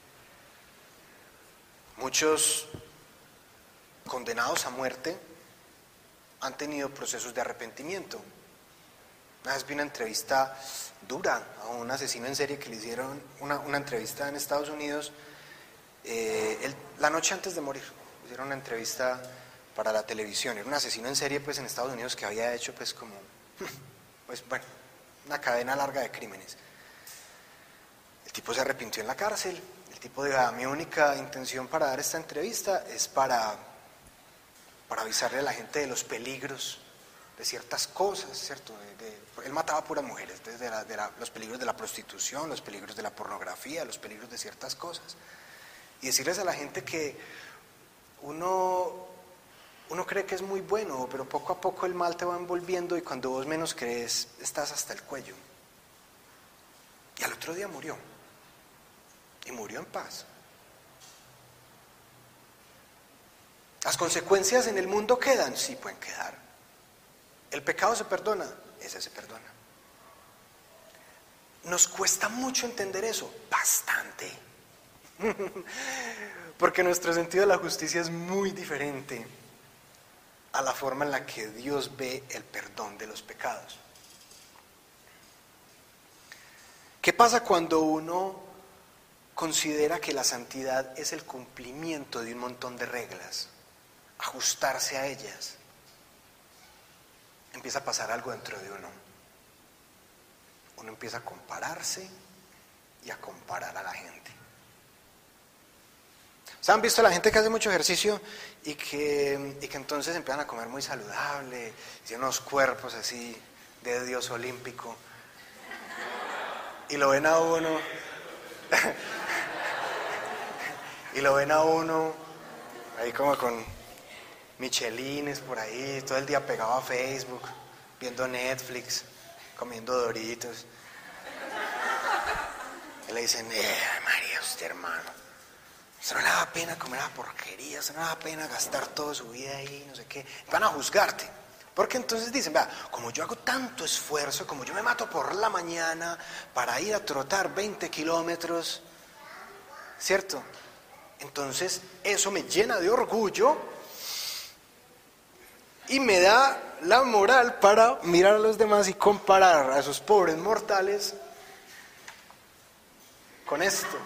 Muchos condenados a muerte han tenido procesos de arrepentimiento. Una vez vi una entrevista dura a un asesino en serie que le hicieron una, una entrevista en Estados Unidos eh, el, la noche antes de morir. Le hicieron una entrevista para la televisión. Era un asesino en serie pues en Estados Unidos que había hecho pues como, pues bueno, una cadena larga de crímenes. El tipo se arrepintió en la cárcel. El tipo dijo, mi única intención para dar esta entrevista es para, para avisarle a la gente de los peligros de ciertas cosas, ¿cierto? De, de, él mataba a puras mujeres, desde la, de la, los peligros de la prostitución, los peligros de la pornografía, los peligros de ciertas cosas. Y decirles a la gente que uno, uno cree que es muy bueno, pero poco a poco el mal te va envolviendo y cuando vos menos crees, estás hasta el cuello. Y al otro día murió. Y murió en paz. ¿Las consecuencias en el mundo quedan? Sí, pueden quedar. ¿El pecado se perdona? Ese se perdona. ¿Nos cuesta mucho entender eso? Bastante. Porque nuestro sentido de la justicia es muy diferente a la forma en la que Dios ve el perdón de los pecados. ¿Qué pasa cuando uno considera que la santidad es el cumplimiento de un montón de reglas? ajustarse a ellas, empieza a pasar algo dentro de uno. Uno empieza a compararse y a comparar a la gente. ¿Se han visto la gente que hace mucho ejercicio y que, y que entonces empiezan a comer muy saludable, y tienen unos cuerpos así de dios olímpico, y lo ven a uno y lo ven a uno ahí como con michelines por ahí, todo el día pegado a Facebook, viendo Netflix, comiendo Doritos, y le dicen, eh, María, usted hermano, usted no le da pena comer a porquería, usted no le da pena gastar toda su vida ahí, no sé qué, van a juzgarte. Porque entonces dicen, vea, como yo hago tanto esfuerzo, como yo me mato por la mañana para ir a trotar veinte kilómetros, ¿cierto? Entonces eso me llena de orgullo y me da la moral para mirar a los demás y comparar a esos pobres mortales con esto.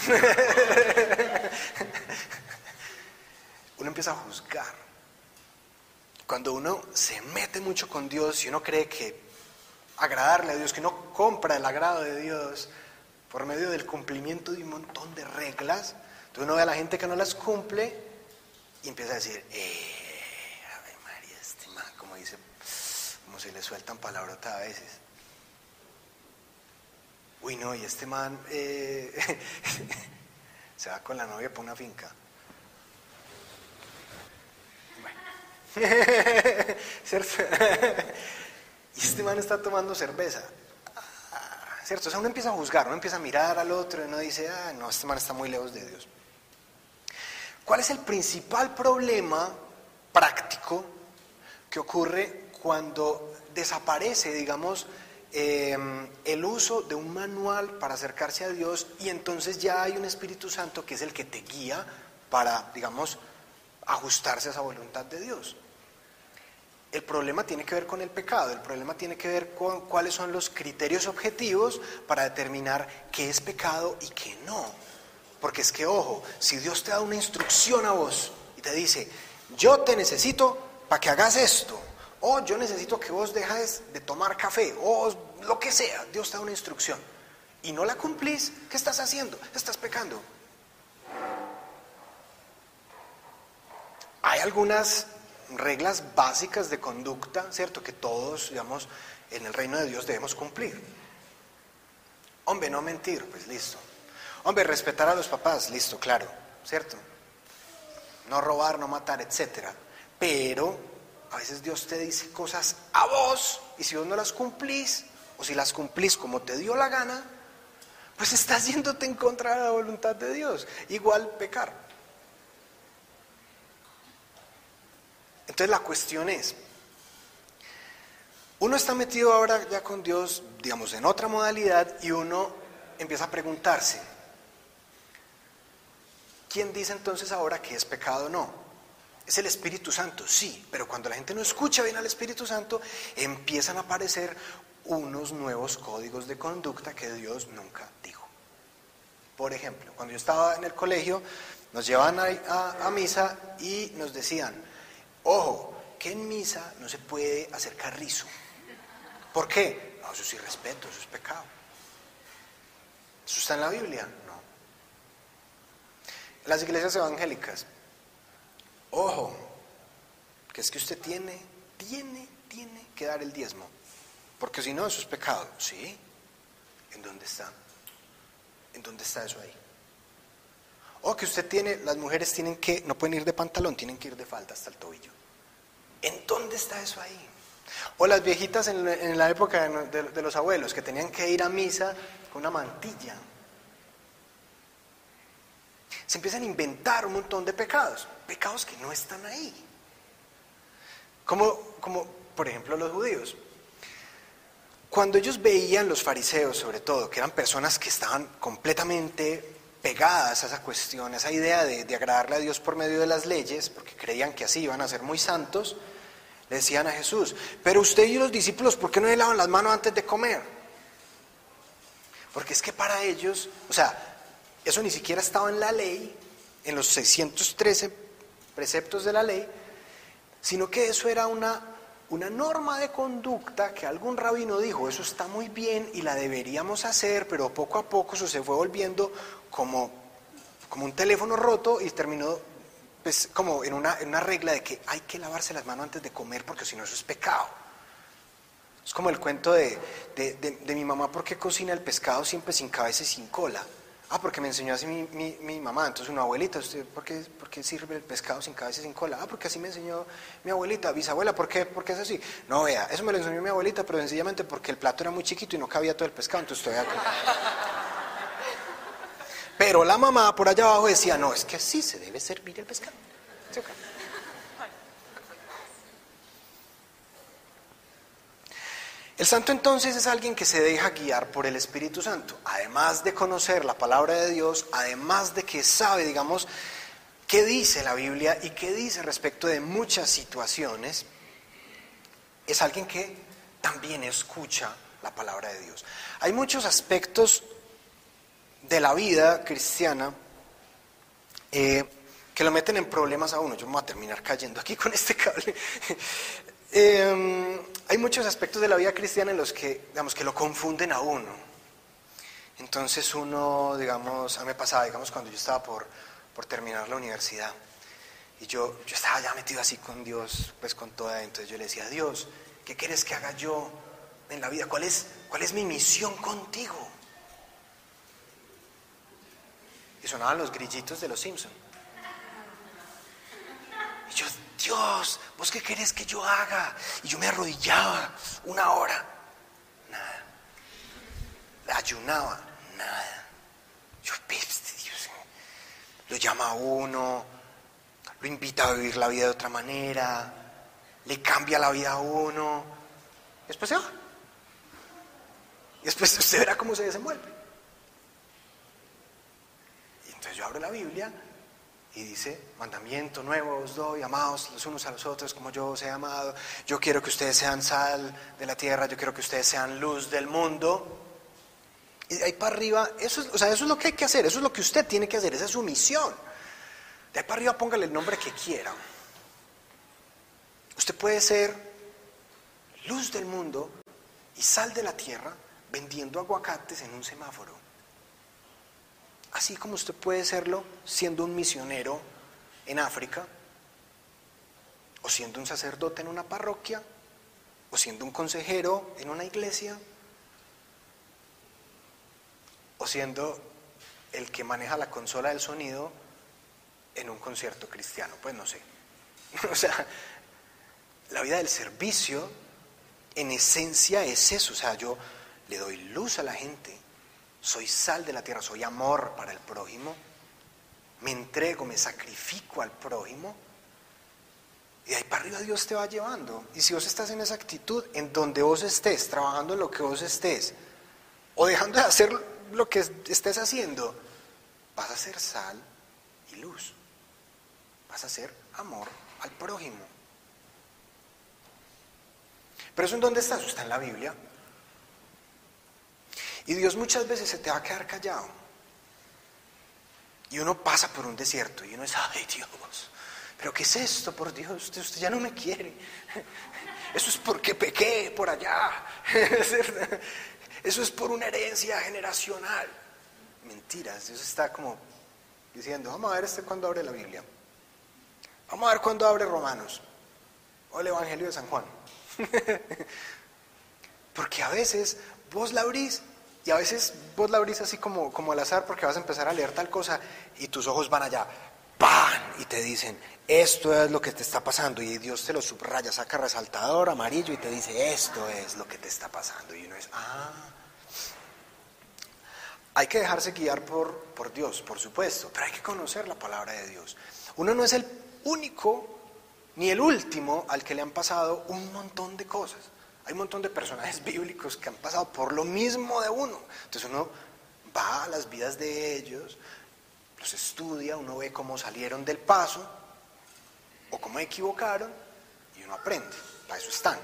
Uno empieza a juzgar. Cuando uno se mete mucho con Dios y uno cree que agradarle a Dios, que uno compra el agrado de Dios por medio del cumplimiento de un montón de reglas, entonces uno ve a la gente que no las cumple y empieza a decir, eh, Ave María, este man, como dice, como se le sueltan palabrotas a veces. Uy, no, y este man eh, se va con la novia para una finca. ¿Cierto? Y este man está tomando cerveza, ¿cierto? O sea, uno empieza a juzgar, uno empieza a mirar al otro y uno dice, ah, no, este man está muy lejos de Dios. ¿Cuál es el principal problema práctico que ocurre cuando desaparece, digamos, eh, el uso de un manual para acercarse a Dios y entonces ya hay un Espíritu Santo que es el que te guía para, digamos, ajustarse a esa voluntad de Dios? El problema tiene que ver con el pecado, el problema tiene que ver con cuáles son los criterios objetivos para determinar qué es pecado y qué no. Porque es que, ojo, si Dios te da una instrucción a vos y te dice, yo te necesito para que hagas esto, o yo necesito que vos dejes de tomar café, o lo que sea, Dios te da una instrucción y no la cumplís, ¿qué estás haciendo? Estás pecando. Hay algunas reglas básicas de conducta, ¿cierto? Que todos, digamos, en el reino de Dios debemos cumplir. Hombre, no mentir, pues listo. Hombre, respetar a los papás, listo, claro, ¿cierto? No robar, no matar, etcétera. Pero a veces Dios te dice cosas a vos y si vos no las cumplís, o si las cumplís como te dio la gana, pues estás yéndote en contra de la voluntad de Dios. Igual pecar. Entonces la cuestión es, uno está metido ahora ya con Dios, digamos, en otra modalidad y uno empieza a preguntarse, ¿quién dice entonces ahora que es pecado o no? ¿Es el Espíritu Santo? Sí, pero cuando la gente no escucha bien al Espíritu Santo, empiezan a aparecer unos nuevos códigos de conducta que Dios nunca dijo. Por ejemplo, cuando yo estaba en el colegio, nos llevaban a, a, a misa y nos decían, ojo, que en misa no se puede hacer carrizo. ¿Por qué? No, eso es irrespeto, eso es pecado. ¿Eso está en la Biblia? No. En las iglesias evangélicas, ojo, que es que usted tiene, tiene, tiene que dar el diezmo. Porque si no, eso es pecado. ¿Sí? ¿En dónde está? ¿En dónde está eso ahí? O que usted tiene, las mujeres tienen que, no pueden ir de pantalón, tienen que ir de falda hasta el tobillo. ¿En dónde está eso ahí? O las viejitas en, en la época de, de, de los abuelos, que tenían que ir a misa con una mantilla. Se empiezan a inventar un montón de pecados, pecados que no están ahí. Como, como por ejemplo los judíos. Cuando ellos veían, los fariseos sobre todo, que eran personas que estaban completamente pegadas a esa cuestión, a esa idea de, de agradarle a Dios por medio de las leyes, porque creían que así iban a ser muy santos, le decían a Jesús, pero usted y los discípulos, ¿por qué no le lavan las manos antes de comer? Porque es que para ellos, o sea, eso ni siquiera estaba en la ley, en los seiscientos trece preceptos de la ley, sino que eso era una, una norma de conducta que algún rabino dijo, eso está muy bien y la deberíamos hacer, pero poco a poco eso se fue volviendo como, como un teléfono roto y terminó pues, como en una, en una regla de que hay que lavarse las manos antes de comer porque si no eso es pecado. Es como el cuento de, de, de, de mi mamá, ¿por qué cocina el pescado siempre sin cabeza y sin cola? Ah, porque me enseñó así mi, mi, mi mamá. Entonces una abuelita, ¿usted por qué, por qué sirve el pescado sin cabeza y sin cola? Ah, porque así me enseñó mi abuelita. Bisabuela, ¿por qué, por qué es así? No, vea, eso me lo enseñó mi abuelita, pero sencillamente porque el plato era muy chiquito y no cabía todo el pescado, entonces todavía... Pero la mamá por allá abajo decía, no, es que así se debe servir el pescado. ¿Sí, okay? El santo entonces es alguien que se deja guiar por el Espíritu Santo, además de conocer la palabra de Dios, además de que sabe, digamos, qué dice la Biblia y qué dice respecto de muchas situaciones, es alguien que también escucha la palabra de Dios. Hay muchos aspectos de la vida cristiana eh, que lo meten en problemas a uno. Yo me voy a terminar cayendo aquí con este cable. Eh, hay muchos aspectos de la vida cristiana en los que, digamos, que lo confunden a uno. Entonces uno, digamos, a mí me pasaba, digamos, cuando yo estaba por, por terminar la universidad y yo, yo estaba ya metido así con Dios, pues con toda, entonces yo le decía, Dios, ¿qué quieres que haga yo en la vida? ¿Cuál es, cuál es mi misión contigo? Y sonaban los grillitos de los Simpsons. Y yo, Dios, ¿vos qué querés que yo haga? Y yo me arrodillaba una hora, nada. Ayunaba, nada. Yo, Dios, lo llama a uno, lo invita a vivir la vida de otra manera, le cambia la vida a uno, y después se va. Y después usted verá cómo se desenvuelve. Y entonces yo abro la Biblia y dice, mandamiento nuevo os doy, amaos los unos a los otros como yo os he amado. Yo quiero que ustedes sean sal de la tierra, yo quiero que ustedes sean luz del mundo. Y de ahí para arriba, eso es, o sea, eso es lo que hay que hacer, eso es lo que usted tiene que hacer, esa es su misión. De ahí para arriba póngale el nombre que quiera. Usted puede ser luz del mundo y sal de la tierra vendiendo aguacates en un semáforo. Así como usted puede serlo siendo un misionero en África, o siendo un sacerdote en una parroquia, o siendo un consejero en una iglesia, o siendo el que maneja la consola del sonido en un concierto cristiano, pues no sé. O sea, la vida del servicio en esencia es eso, o sea, yo le doy luz a la gente, soy sal de la tierra, soy amor para el prójimo, me entrego, me sacrifico al prójimo, y de ahí para arriba Dios te va llevando. Y si vos estás en esa actitud, en donde vos estés, trabajando en lo que vos estés, o dejando de hacer lo que estés haciendo, vas a ser sal y luz, vas a ser amor al prójimo. Pero eso en dónde está, eso está en la Biblia. Y Dios muchas veces se te va a quedar callado. Y uno pasa por un desierto y uno dice, ay Dios, pero ¿qué es esto? Por Dios, usted, usted ya no me quiere. Eso es porque pequé por allá. Eso es por una herencia generacional. Mentiras, Dios está como diciendo, vamos a ver este cuando abre la Biblia. Vamos a ver cuando abre Romanos. O el Evangelio de San Juan. Porque a veces vos la abrís y a veces vos la abrís así como, como al azar porque vas a empezar a leer tal cosa y tus ojos van allá, ¡pam! Y te dicen, esto es lo que te está pasando, y Dios te lo subraya, saca resaltador amarillo y te dice, esto es lo que te está pasando, y uno es, ah, hay que dejarse guiar por, por Dios, por supuesto, pero hay que conocer la palabra de Dios. Uno no es el único ni el último al que le han pasado un montón de cosas. Hay un montón de personajes bíblicos que han pasado por lo mismo de uno. Entonces uno va a las vidas de ellos, los estudia, uno ve cómo salieron del paso o cómo equivocaron y uno aprende. Para eso están.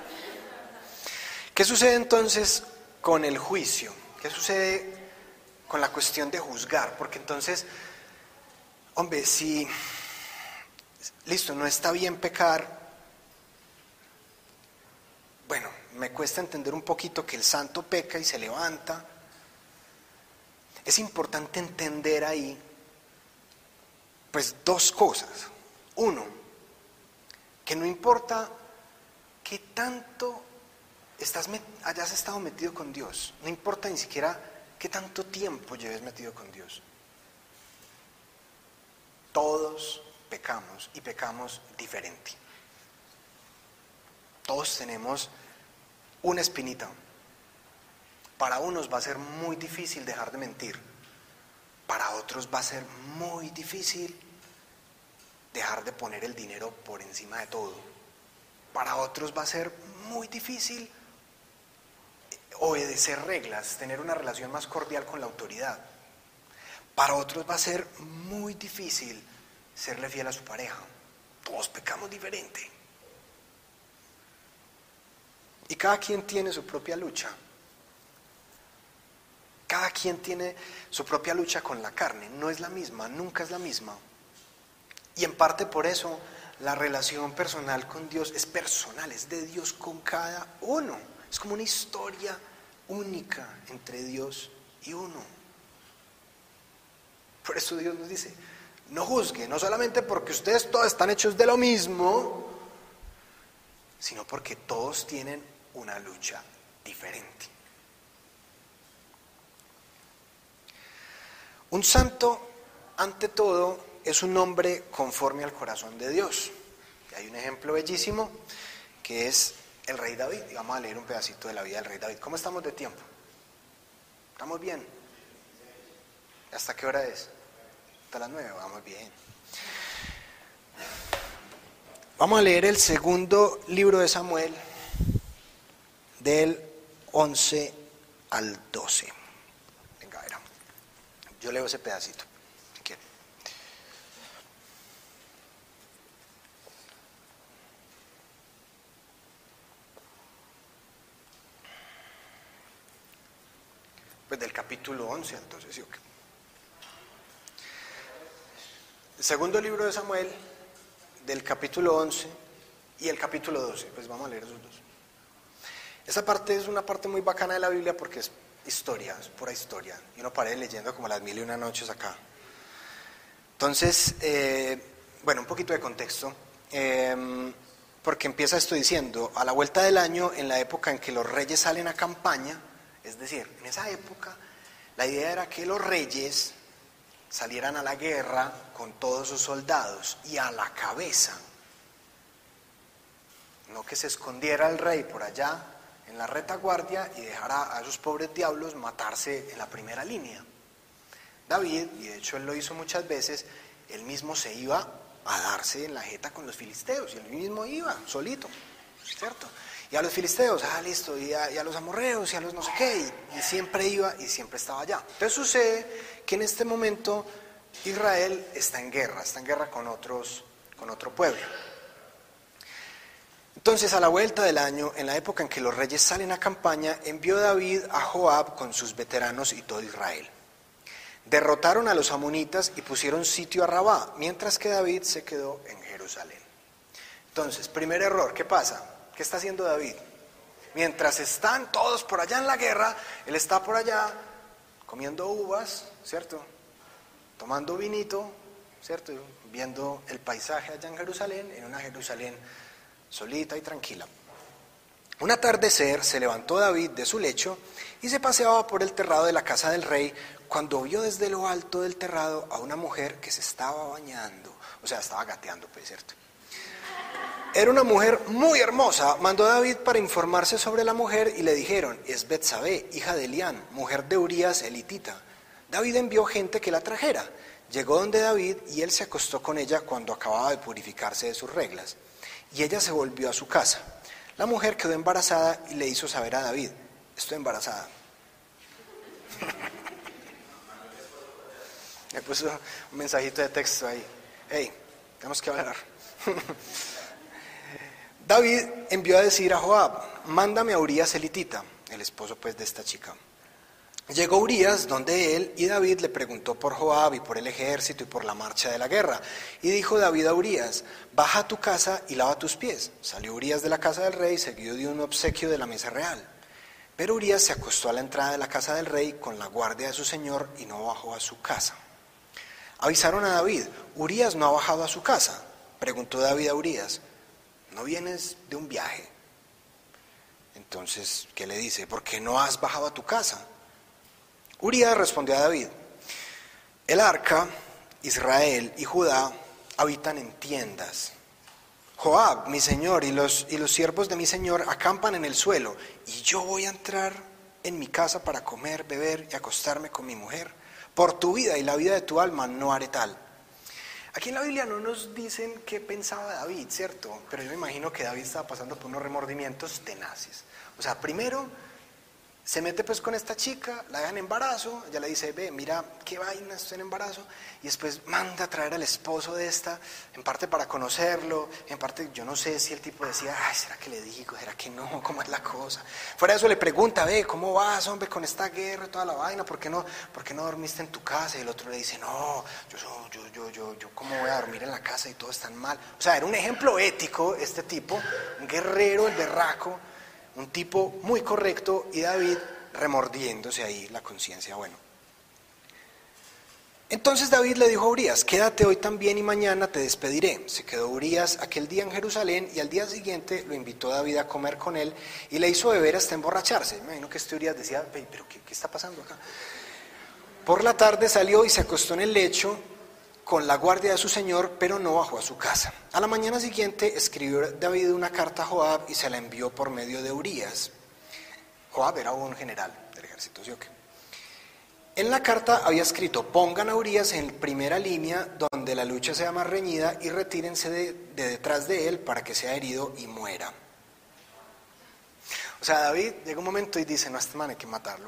¿Qué sucede entonces con el juicio? ¿Qué sucede con la cuestión de juzgar, porque entonces, hombre, si, listo, no está bien pecar, bueno, me cuesta entender un poquito que el santo peca y se levanta. Es importante entender ahí, pues, dos cosas. Uno, que no importa qué tanto estás met- hayas estado metido con Dios, no importa ni siquiera qué tanto tiempo lleves metido con Dios. Todos pecamos y pecamos diferente. Todos tenemos una espinita. Para unos va a ser muy difícil dejar de mentir. Para otros va a ser muy difícil dejar de poner el dinero por encima de todo. Para otros va a ser muy difícil obedecer reglas, tener una relación más cordial con la autoridad. Para otros va a ser muy difícil serle fiel a su pareja. Todos pecamos diferente. Y cada quien tiene su propia lucha. Cada quien tiene su propia lucha con la carne. No es la misma, nunca es la misma. Y en parte por eso la relación personal con Dios es personal, es de Dios con cada uno. Es como una historia única entre Dios y uno. Por eso Dios nos dice, no juzgue, no solamente porque ustedes todos están hechos de lo mismo, sino porque todos tienen una lucha diferente. Un santo, ante todo, es un hombre conforme al corazón de Dios. Y hay un ejemplo bellísimo que es el rey David. Y vamos a leer un pedacito de la vida del rey David. ¿Cómo estamos de tiempo? ¿Estamos bien? ¿Hasta qué hora es? Hasta las nueve, vamos bien. Vamos a leer el segundo libro de Samuel, del once al doce. Venga, verá. Yo leo ese pedacito, si quiere. Pues del capítulo once al doce, ¿sí o qué? El segundo libro de Samuel, del capítulo once y el capítulo doce, pues vamos a leer esos dos. Esa parte es una parte muy bacana de la Biblia porque es historia, es pura historia. Y uno para leyendo como las mil y una noches acá. Entonces, eh, bueno, un poquito de contexto. Eh, porque empieza esto diciendo, a la vuelta del año, en la época en que los reyes salen a campaña, es decir, en esa época, la idea era que los reyes salieran a la guerra con todos sus soldados y a la cabeza. No que se escondiera el rey por allá en la retaguardia y dejara a esos pobres diablos matarse en la primera línea. David, y de hecho él lo hizo muchas veces, él mismo se iba a darse en la jeta con los filisteos, y él mismo iba, solito, ¿cierto? Y a los filisteos, ah, listo, y a, y a los amorreos, y a los no sé qué, y, y siempre iba y siempre estaba allá. Entonces sucede que en este momento Israel está en guerra, está en guerra con otros, con otro pueblo. Entonces, a la vuelta del año, en la época en que los reyes salen a campaña, envió David a Joab con sus veteranos y todo Israel. Derrotaron a los amonitas y pusieron sitio a Rabá, mientras que David se quedó en Jerusalén. Entonces, primer error, ¿qué pasa? ¿Qué está haciendo David? Mientras están todos por allá en la guerra, él está por allá comiendo uvas, ¿cierto? Tomando vinito, ¿cierto? Viendo el paisaje allá en Jerusalén, en una Jerusalén solita y tranquila. Un atardecer se levantó David de su lecho y se paseaba por el terrado de la casa del rey cuando vio desde lo alto del terrado a una mujer que se estaba bañando, o sea, estaba gateando, pues, ¿cierto? Era una mujer muy hermosa. Mandó David para informarse sobre la mujer y le dijeron, es Betsabé, hija de Elián, mujer de Urías elitita. David envió gente que la trajera. Llegó donde David y él se acostó con ella cuando acababa de purificarse de sus reglas. Y ella se volvió a su casa. La mujer quedó embarazada y le hizo saber a David, estoy embarazada. Me puso un mensajito de texto ahí. Hey, tenemos que hablar. David envió a decir a Joab, mándame a Urías elitita, el esposo pues de esta chica. Llegó Urías donde él, y David le preguntó por Joab y por el ejército y por la marcha de la guerra. Y dijo David a Urías: baja a tu casa y lava tus pies. Salió Urías de la casa del rey, seguido de un obsequio de la mesa real. Pero Urías se acostó a la entrada de la casa del rey con la guardia de su señor y no bajó a su casa. Avisaron a David: Urías no ha bajado a su casa. Preguntó David a Urías: ¿no vienes de un viaje? Entonces, ¿qué le dice? ¿Por qué no has bajado a tu casa? Urías respondió a David: el arca, Israel y Judá habitan en tiendas. Joab, mi señor, y los, y los siervos de mi señor acampan en el suelo, y yo voy a entrar en mi casa para comer, beber y acostarme con mi mujer. Por tu vida y la vida de tu alma no haré tal. Aquí en la Biblia no nos dicen qué pensaba David, ¿cierto? Pero yo me imagino que David estaba pasando por unos remordimientos tenaces. O sea, primero se mete pues con esta chica, la deja en embarazo, ella le dice: ve, mira qué vaina, estoy en embarazo, y después manda a traer al esposo de esta, en parte para conocerlo, en parte yo no sé si el tipo decía: ay, ¿será que le digo? ¿Será que no? ¿Cómo es la cosa? Fuera de eso le pregunta: ve, ¿cómo vas, hombre, con esta guerra y toda la vaina? ¿Por qué no, por qué no dormiste en tu casa? Y el otro le dice: no, yo, yo, yo, yo, yo, ¿cómo voy a dormir en la casa y todo es tan mal? O sea, era un ejemplo ético este tipo, un guerrero, el berraco, un tipo muy correcto, y David remordiéndose ahí la conciencia. Bueno, entonces David le dijo a Urías: quédate hoy también y mañana te despediré. Se quedó Urías aquel día en Jerusalén, y al día siguiente lo invitó David a comer con él y le hizo beber hasta emborracharse. Me imagino que este Urías decía: pero ¿qué, qué está pasando acá? Por la tarde salió y se acostó en el lecho con la guardia de su señor, pero no bajó a su casa. A la mañana siguiente escribió David una carta a Joab y se la envió por medio de Urías. Joab era un general del ejército, ¿sí o qué? En la carta había escrito: pongan a Urías en primera línea donde la lucha sea más reñida y retírense de, de detrás de él para que sea herido y muera. O sea, David llega un momento y dice: no, a este man hay que matarlo.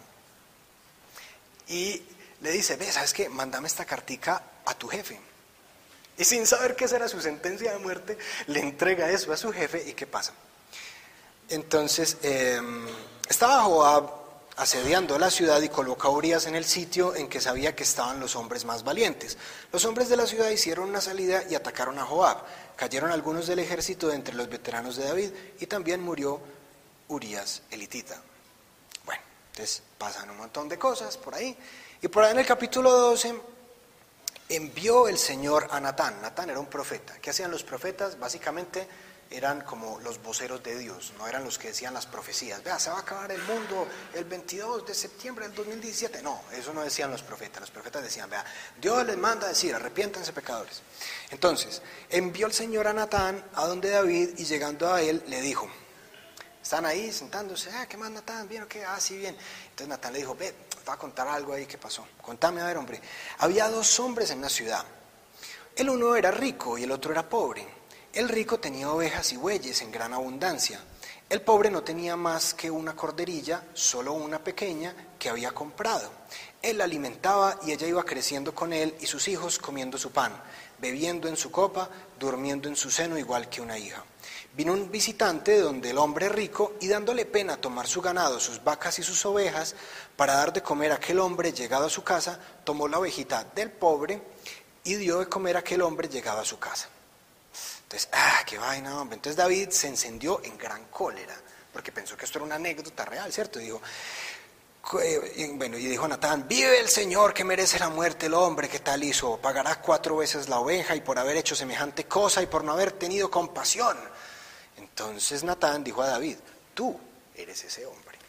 Y le dice: ve, ¿sabes qué? Mándame esta cartica a tu jefe. Y sin saber qué será su sentencia de muerte, le entrega eso a su jefe. ¿Y qué pasa? Entonces, eh, estaba Joab asediando la ciudad y colocó a Urías en el sitio en que sabía que estaban los hombres más valientes. Los hombres de la ciudad hicieron una salida y atacaron a Joab. Cayeron algunos del ejército de entre los veteranos de David, y también murió Urías elitita. Bueno, entonces pasan un montón de cosas por ahí. Y por ahí en el capítulo doce envió el Señor a Natán. Natán era un profeta. ¿Qué hacían los profetas? Básicamente eran como los voceros de Dios, no eran los que decían las profecías. Vea, se va a acabar el mundo el veintidós de septiembre del dos mil diecisiete. No, eso no decían los profetas. Los profetas decían: vea, Dios les manda a decir: arrepiéntanse, pecadores. Entonces, envió el Señor a Natán a donde David, y llegando a él le dijo: están ahí sentándose. Ah, ¿qué más, Natán? ¿Bien o qué? Ah, sí, bien. Entonces Natán le dijo: ve, te voy a contar algo ahí que pasó. Contame, a ver, hombre. Había dos hombres en una ciudad. El uno era rico y el otro era pobre. El rico tenía ovejas y bueyes en gran abundancia. El pobre no tenía más que una corderilla, solo una pequeña, que había comprado. Él la alimentaba y ella iba creciendo con él y sus hijos comiendo su pan, bebiendo en su copa, durmiendo en su seno igual que una hija. Vino un visitante donde el hombre rico, y dándole pena tomar su ganado, sus vacas y sus ovejas, para dar de comer a aquel hombre llegado a su casa, tomó la ovejita del pobre y dio de comer a aquel hombre llegado a su casa. Entonces, ah, qué vaina, hombre. Entonces David se encendió en gran cólera, porque pensó que esto era una anécdota real, ¿cierto? Y dijo, y, bueno, y dijo a Natán: vive el Señor, que merece la muerte el hombre que tal hizo. Pagará cuatro veces la oveja, y por haber hecho semejante cosa, y por no haber tenido compasión. Entonces Natán dijo a David: tú eres ese hombre.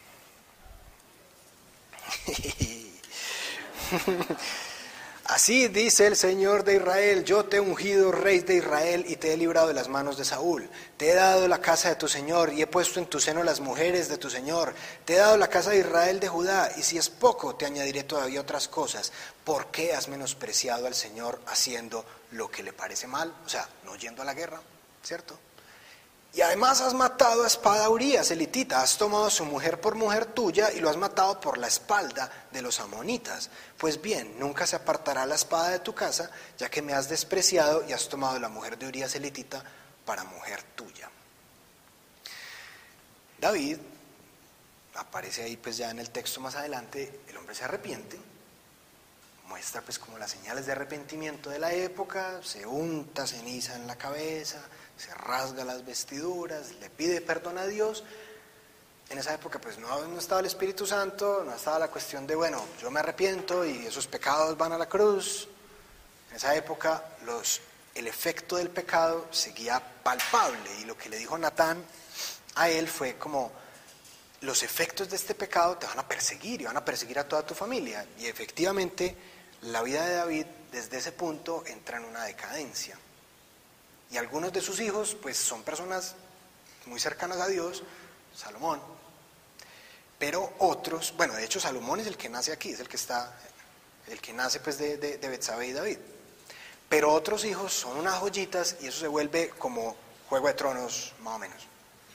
Así dice el Señor de Israel: yo te he ungido rey de Israel y te he librado de las manos de Saúl. Te he dado la casa de tu Señor y he puesto en tu seno las mujeres de tu Señor. Te he dado la casa de Israel de Judá, y si es poco te añadiré todavía otras cosas. ¿Por qué has menospreciado al Señor haciendo lo que le parece mal? O sea, no yendo a la guerra, ¿cierto? Y además has matado a espada a Urías elitita, has tomado a su mujer por mujer tuya y lo has matado por la espalda de los amonitas. Pues bien, nunca se apartará la espada de tu casa, ya que me has despreciado y has tomado la mujer de Urías elitita para mujer tuya. David aparece ahí pues ya en el texto más adelante, el hombre se arrepiente, muestra pues como las señales de arrepentimiento de la época, se unta ceniza en la cabeza, se rasga las vestiduras, le pide perdón a Dios. En esa época pues no, no estaba el Espíritu Santo, no estaba la cuestión de bueno, yo me arrepiento y esos pecados van a la cruz. En esa época los, el efecto del pecado seguía palpable y lo que le dijo Natán a él fue como los efectos de este pecado te van a perseguir y van a perseguir a toda tu familia. Y efectivamente la vida de David desde ese punto entra en una decadencia. Y algunos de sus hijos pues son personas muy cercanas a Dios, Salomón, pero otros, bueno, de hecho Salomón es el que nace aquí, es el que está, el que nace pues de, de, de Betsabé y David, pero otros hijos son unas joyitas y eso se vuelve como Juego de Tronos más o menos.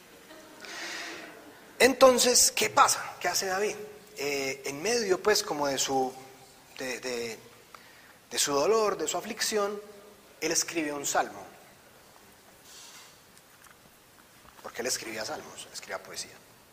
Entonces, ¿qué pasa? ¿Qué hace David? Eh, en medio pues como de su, de, de, de su dolor, de su aflicción, él escribe un salmo. Porque él escribía salmos, escribía poesía.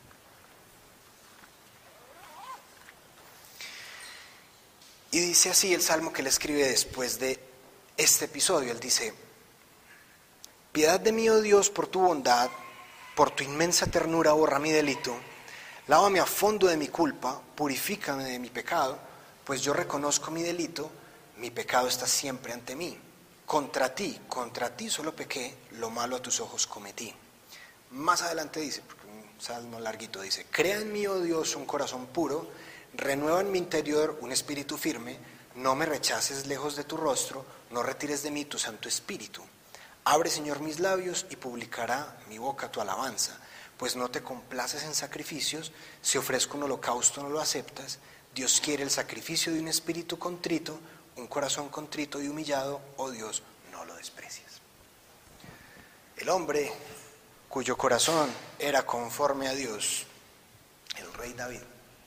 Y dice así el salmo que él escribe después de este episodio. Él dice: piedad de mí, oh Dios, por tu bondad, por tu inmensa ternura borra mi delito, lávame a fondo de mi culpa, purifícame de mi pecado, pues yo reconozco mi delito, mi pecado está siempre ante mí. Contra ti, contra ti solo pequé, lo malo a tus ojos cometí. Más adelante dice, porque un salmo larguito dice: crea en mí, oh Dios, un corazón puro, renueva en mi interior un espíritu firme, no me rechaces lejos de tu rostro, no retires de mí tu santo espíritu. Abre, Señor, mis labios y publicará mi boca tu alabanza, pues no te complaces en sacrificios, si ofrezco un holocausto no lo aceptas. Dios quiere el sacrificio de un espíritu contrito, un corazón contrito y humillado, oh Dios, no lo desprecias. El hombre cuyo corazón era conforme a Dios, el rey David,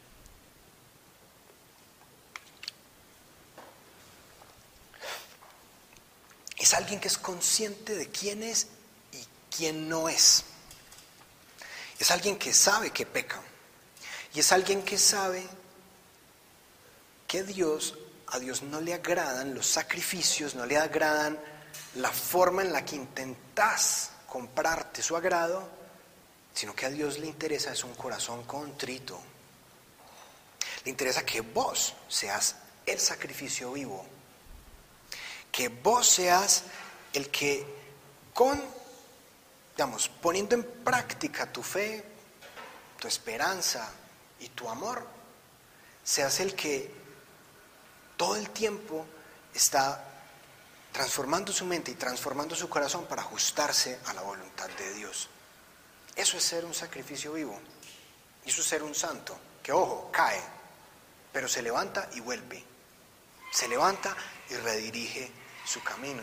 es alguien que es consciente de quién es y quién no es. Es alguien que sabe que peca. Y es alguien que sabe que Dios, a Dios no le agradan los sacrificios, no le agradan la forma en la que intentas comprarte su agrado, sino que a Dios le interesa es un corazón contrito. Le interesa que vos seas el sacrificio vivo, que vos seas el que con, digamos, poniendo en práctica tu fe, tu esperanza y tu amor, seas el que todo el tiempo está transformando su mente y transformando su corazón para ajustarse a la voluntad de Dios. Eso es ser un sacrificio vivo. Eso es ser un santo, que ojo, cae, pero se levanta y vuelve. Se levanta y redirige su camino.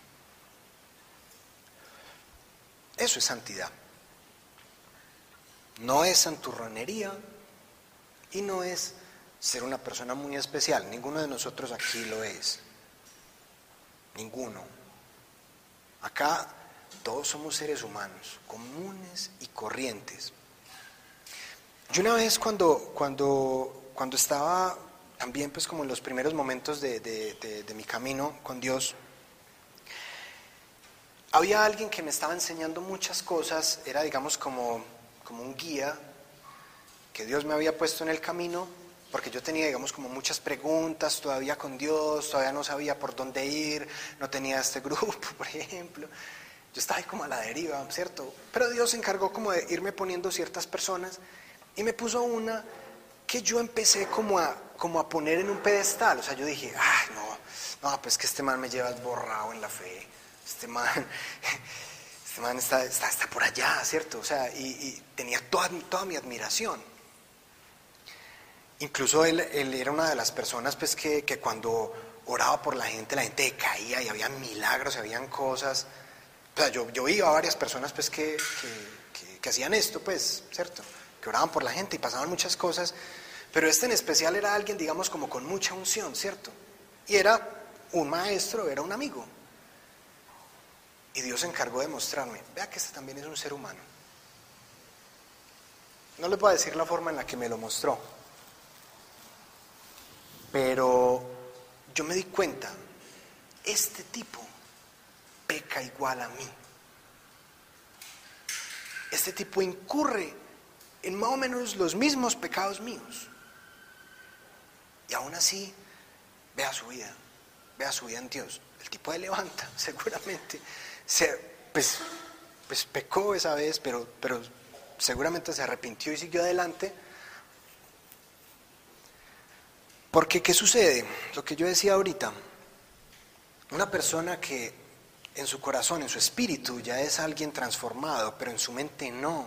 Eso es santidad. No es santurronería y no es ser una persona muy especial. Ninguno de nosotros aquí lo es. Ninguno. Acá todos somos seres humanos, comunes y corrientes. Yo una vez cuando, cuando, cuando estaba también pues como en los primeros momentos de, de, de, de mi camino con Dios, había alguien que me estaba enseñando muchas cosas, era digamos como, como un guía que Dios me había puesto en el camino, porque yo tenía digamos como muchas preguntas todavía con Dios, todavía no sabía por dónde ir, no tenía este grupo, por ejemplo. Yo estaba ahí como a la deriva, ¿cierto? Pero Dios se encargó como de irme poniendo ciertas personas y me puso una que yo empecé como a, como a poner en un pedestal. O sea, yo dije, ay, no, no, pues que este man me lleva borrado en la fe. Este man, este man está, está, está por allá, ¿cierto? O sea, y, y tenía toda, toda mi admiración. Incluso él, él era una de las personas pues que, que cuando oraba por la gente, la gente caía y había milagros, habían cosas. O sea, yo, yo iba a varias personas pues que, que, que, que hacían esto, pues, ¿cierto? Que oraban por la gente y pasaban muchas cosas, pero este en especial era alguien, digamos, como con mucha unción, ¿cierto? Y era un maestro, era un amigo. Y Dios se encargó de mostrarme, vea que este también es un ser humano. No les voy a decir la forma en la que me lo mostró, pero yo me di cuenta, este tipo peca igual a mí. Este tipo incurre en más o menos los mismos pecados míos. Y aún así, vea su vida, vea su vida en Dios. El tipo se levanta, seguramente, se, pues, pues pecó esa vez, pero, pero seguramente se arrepintió y siguió adelante. Porque, ¿qué sucede? Lo que yo decía ahorita, una persona que en su corazón, en su espíritu, ya es alguien transformado, pero en su mente no,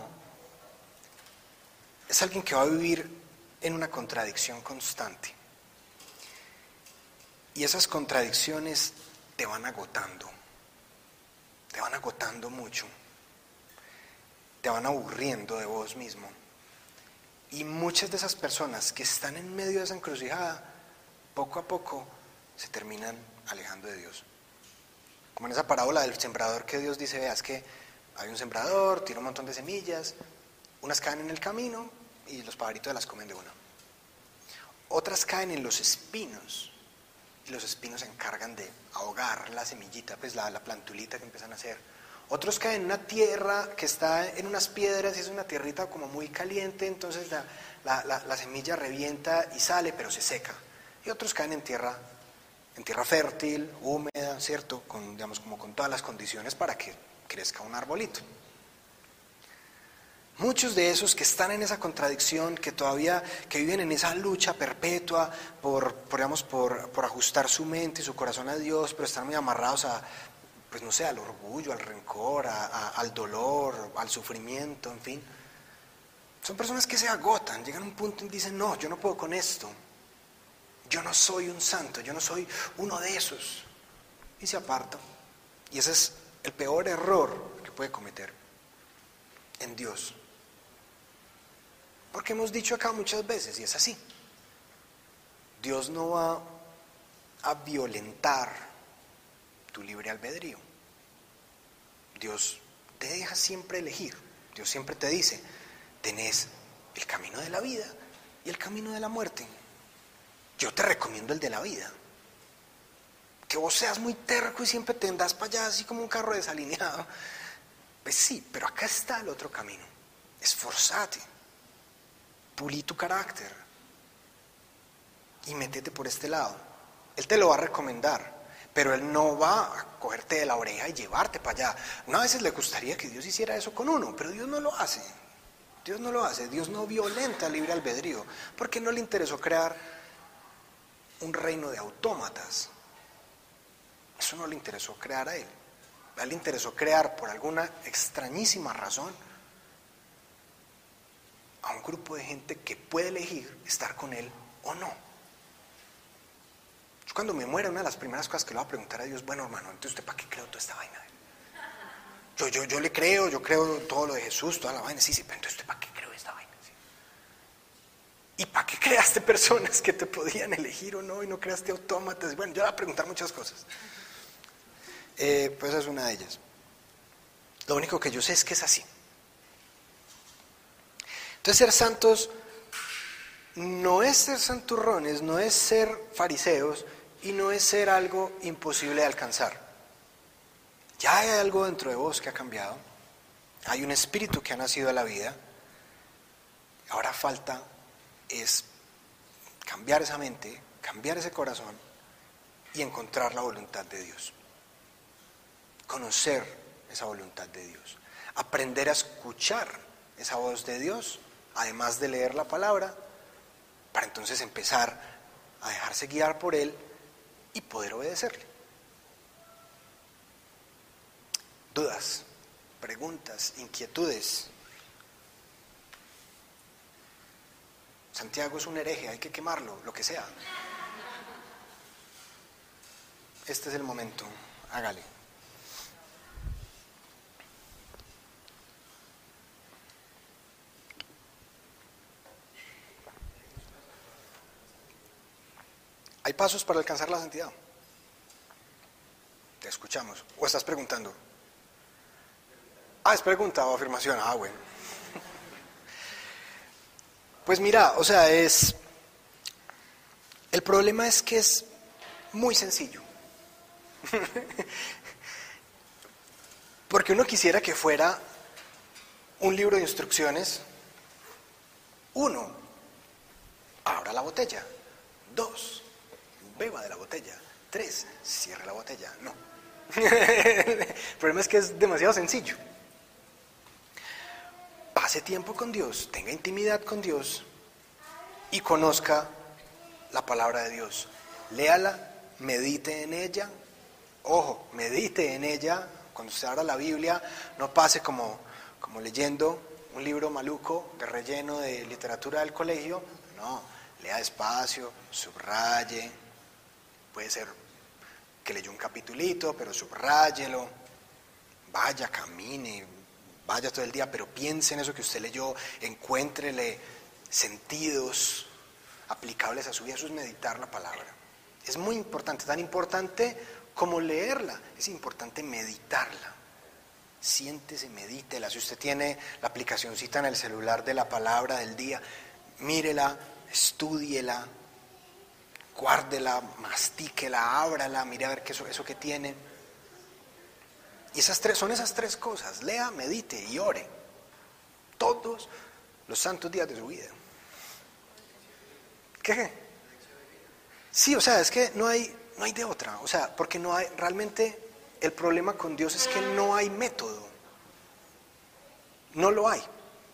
es alguien que va a vivir en una contradicción constante. Y esas contradicciones te van agotando, te van agotando mucho, te van aburriendo de vos mismo. Y muchas de esas personas que están en medio de esa encrucijada, poco a poco se terminan alejando de Dios. Como en esa parábola del sembrador que Dios dice, vea, es que hay un sembrador, tira un montón de semillas, unas caen en el camino y los pajaritos las comen de una. Otras caen en los espinos y los espinos se encargan de ahogar la semillita, pues la, la plantulita que empiezan a hacer. Otros caen en una tierra que está en unas piedras y es una tierrita como muy caliente, entonces la, la, la, la semilla revienta y sale, pero se seca. Y otros caen en tierra, en tierra fértil, húmeda, ¿cierto? Con, digamos, como con todas las condiciones para que crezca un arbolito. Muchos de esos que están en esa contradicción, que todavía, que viven en esa lucha perpetua por, por, digamos, por, por ajustar su mente y su corazón a Dios, pero están muy amarrados a, pues no sé, al orgullo, al rencor, a, a, al dolor, al sufrimiento, en fin. Son personas que se agotan, llegan a un punto y dicen, no, yo no puedo con esto. Yo no soy un santo, yo no soy uno de esos. Y se apartan. Y ese es el peor error que puede cometer en Dios. Porque hemos dicho acá muchas veces, y es así, Dios no va a violentar tu libre albedrío. Dios te deja siempre elegir. Dios siempre te dice, tenés el camino de la vida y el camino de la muerte. Yo te recomiendo el de la vida. Que vos seas muy terco y siempre te andás para allá así como un carro desalineado. Pues sí, pero acá está el otro camino. Esforzate, pulí tu carácter y métete por este lado. Él te lo va a recomendar, pero Él no va a cogerte de la oreja y llevarte para allá. Una vez le gustaría que Dios hiciera eso con uno, pero Dios no lo hace. Dios no lo hace, Dios no violenta el libre albedrío, porque no le interesó crear un reino de autómatas. Eso no le interesó crear a Él. A Él le interesó crear, por alguna extrañísima razón, a un grupo de gente que puede elegir estar con Él o no. Yo cuando me muera, una de las primeras cosas que le voy a preguntar a Dios, bueno hermano, entonces ¿usted para qué creo toda esta vaina? Yo, yo, yo le creo, yo creo todo lo de Jesús, toda la vaina, sí, sí, pero entonces ¿usted para qué creo esta vaina? ¿Sí? ¿Y para qué creaste personas que te podían elegir o no y no creaste autómatas? Bueno, yo le voy a preguntar muchas cosas. Eh, pues esa es una de ellas. Lo único que yo sé es que es así. Entonces ser santos no es ser santurrones, no es ser fariseos y no es ser algo imposible de alcanzar. Ya hay algo dentro de vos que ha cambiado, hay un espíritu que ha nacido a la vida, ahora falta es cambiar esa mente, cambiar ese corazón y encontrar la voluntad de Dios. Conocer esa voluntad de Dios, aprender a escuchar esa voz de Dios, además de leer la palabra, para entonces empezar a dejarse guiar por Él y poder obedecerle. Dudas, preguntas, inquietudes. Santiago es un hereje, hay que quemarlo, lo que sea. Este es el momento, hágale. ¿Hay pasos para alcanzar la santidad? Te escuchamos. ¿O estás preguntando? Ah, es pregunta o afirmación. Ah, bueno. Pues mira, o sea, es... El problema es que es muy sencillo. Porque uno quisiera que fuera un libro de instrucciones. Uno, abra la botella. Dos, beba de la botella. Tres, cierre la botella. No. El problema es que es demasiado sencillo. Pase tiempo con Dios, tenga intimidad con Dios y conozca la palabra de Dios. Léala, medite en ella. Ojo, medite en ella. Cuando usted abra la Biblia, no pase como, como leyendo un libro maluco de relleno de literatura del colegio. No, lea despacio, subraye. Puede ser que leyó un capitulito, pero subráyelo. Vaya, camine, vaya todo el día, pero piense en eso que usted leyó, encuéntrele sentidos aplicables a su vida. Eso es meditar la palabra. Es muy importante, tan importante como leerla, es importante meditarla. Siéntese, medítela. Si usted tiene la aplicacioncita en el celular de la palabra del día, mírela, estúdiela, guárdela, mastíquela, ábrala, mire a ver qué eso, eso que tiene. Y esas tres, son esas tres cosas: lea, medite y ore. Todos los santos días de su vida. ¿Qué? Sí, o sea, es que no hay, no hay de otra. O sea, porque no hay, realmente el problema con Dios es que no hay método. No lo hay.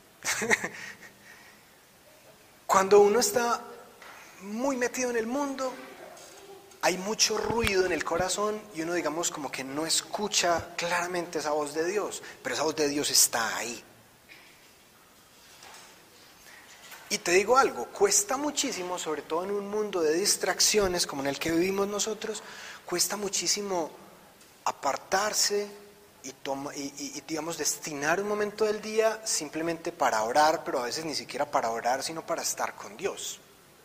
Cuando uno está muy metido en el mundo, hay mucho ruido en el corazón y uno, digamos, como que no escucha claramente esa voz de Dios, pero esa voz de Dios está ahí. Y te digo algo, cuesta muchísimo, sobre todo en un mundo de distracciones como en el que vivimos nosotros, cuesta muchísimo apartarse y, toma, y, y, y digamos, destinar un momento del día simplemente para orar, pero a veces ni siquiera para orar, sino para estar con Dios.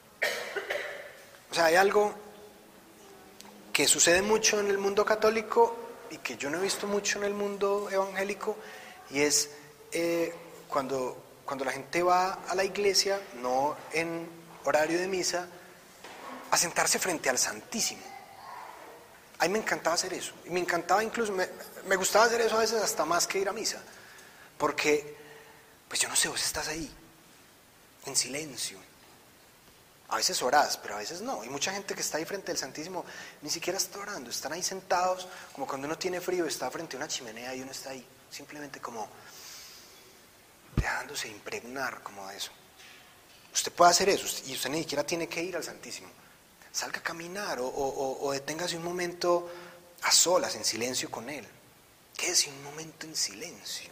O sea, hay algo que sucede mucho en el mundo católico y que yo no he visto mucho en el mundo evangélico, y es eh, cuando, cuando la gente va a la iglesia, no en horario de misa, a sentarse frente al Santísimo. A mí me encantaba hacer eso, y me encantaba incluso, me, me gustaba hacer eso a veces hasta más que ir a misa, porque, pues yo no sé, vos estás ahí, en silencio. A veces orás, pero a veces no. Y mucha gente que está ahí frente al Santísimo ni siquiera está orando, están ahí sentados, como cuando uno tiene frío, está frente a una chimenea y uno está ahí, simplemente como dejándose impregnar como de eso. Usted puede hacer eso, y usted ni siquiera tiene que ir al Santísimo. Salga a caminar o, o, o deténgase un momento a solas, en silencio con Él. Quédese un momento en silencio.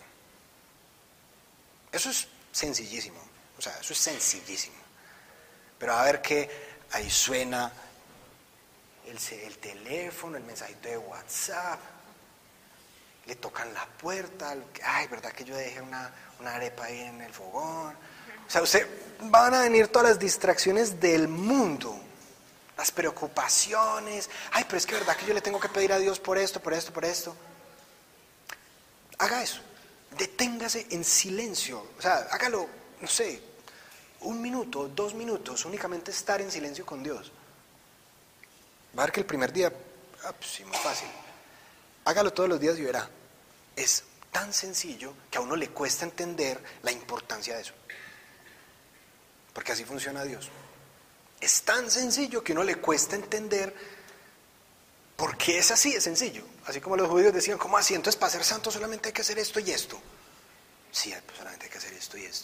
Eso es sencillísimo, o sea, eso es sencillísimo. Pero a ver que ahí suena el, el teléfono, el mensajito de WhatsApp, le tocan la puerta, ay, ¿verdad que yo dejé una, una arepa ahí en el fogón? O sea, usted, van a venir todas las distracciones del mundo, las preocupaciones, ay, pero es que verdad que yo le tengo que pedir a Dios por esto, por esto, por esto. Haga eso, deténgase en silencio, o sea, hágalo, no sé, un minuto, dos minutos, únicamente estar en silencio con Dios. Va a ver que el primer día, ah, pues sí, muy fácil. Hágalo todos los días y verá. Es tan sencillo que a uno le cuesta entender la importancia de eso. Porque así funciona Dios. Es tan sencillo que a uno le cuesta entender por qué es así, es sencillo. Así como los judíos decían, ¿cómo así? Entonces para ser santo solamente hay que hacer esto y esto. Sí, pues solamente hay que hacer esto y esto.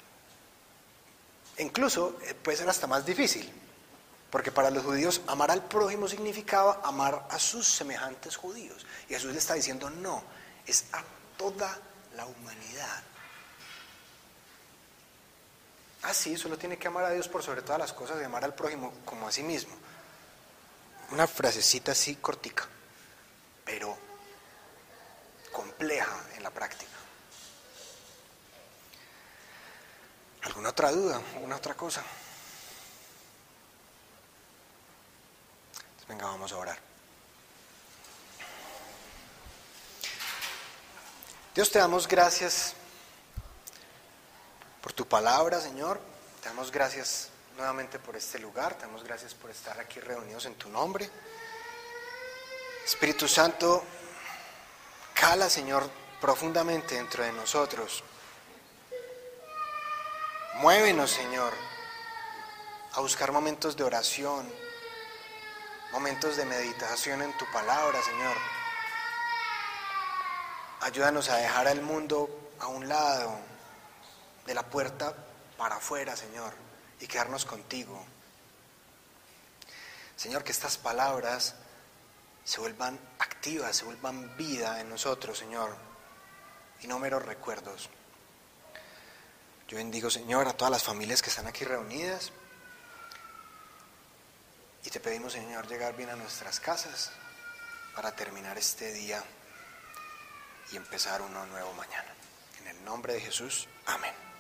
Incluso puede ser hasta más difícil, porque para los judíos amar al prójimo significaba amar a sus semejantes judíos, y Jesús le está diciendo no, es a toda la humanidad. Ah, sí, solo tiene que amar a Dios por sobre todas las cosas y amar al prójimo como a sí mismo. Una frasecita así cortica, pero compleja en la práctica. ¿Alguna otra duda? ¿Alguna otra cosa? Entonces, venga, vamos a orar. Dios, te damos gracias por tu palabra, Señor. Te damos gracias nuevamente por este lugar, te damos gracias por estar aquí reunidos en tu nombre. Espíritu Santo, cala, Señor, profundamente dentro de nosotros. Muévenos, Señor, a buscar momentos de oración, momentos de meditación en tu palabra, Señor. Ayúdanos a dejar al mundo a un lado, de la puerta para afuera, Señor, y quedarnos contigo. Señor, que estas palabras se vuelvan activas, se vuelvan vida en nosotros, Señor, y no meros recuerdos. Yo bendigo, Señor, a todas las familias que están aquí reunidas y te pedimos, Señor, llegar bien a nuestras casas para terminar este día y empezar uno nuevo mañana. En el nombre de Jesús, amén.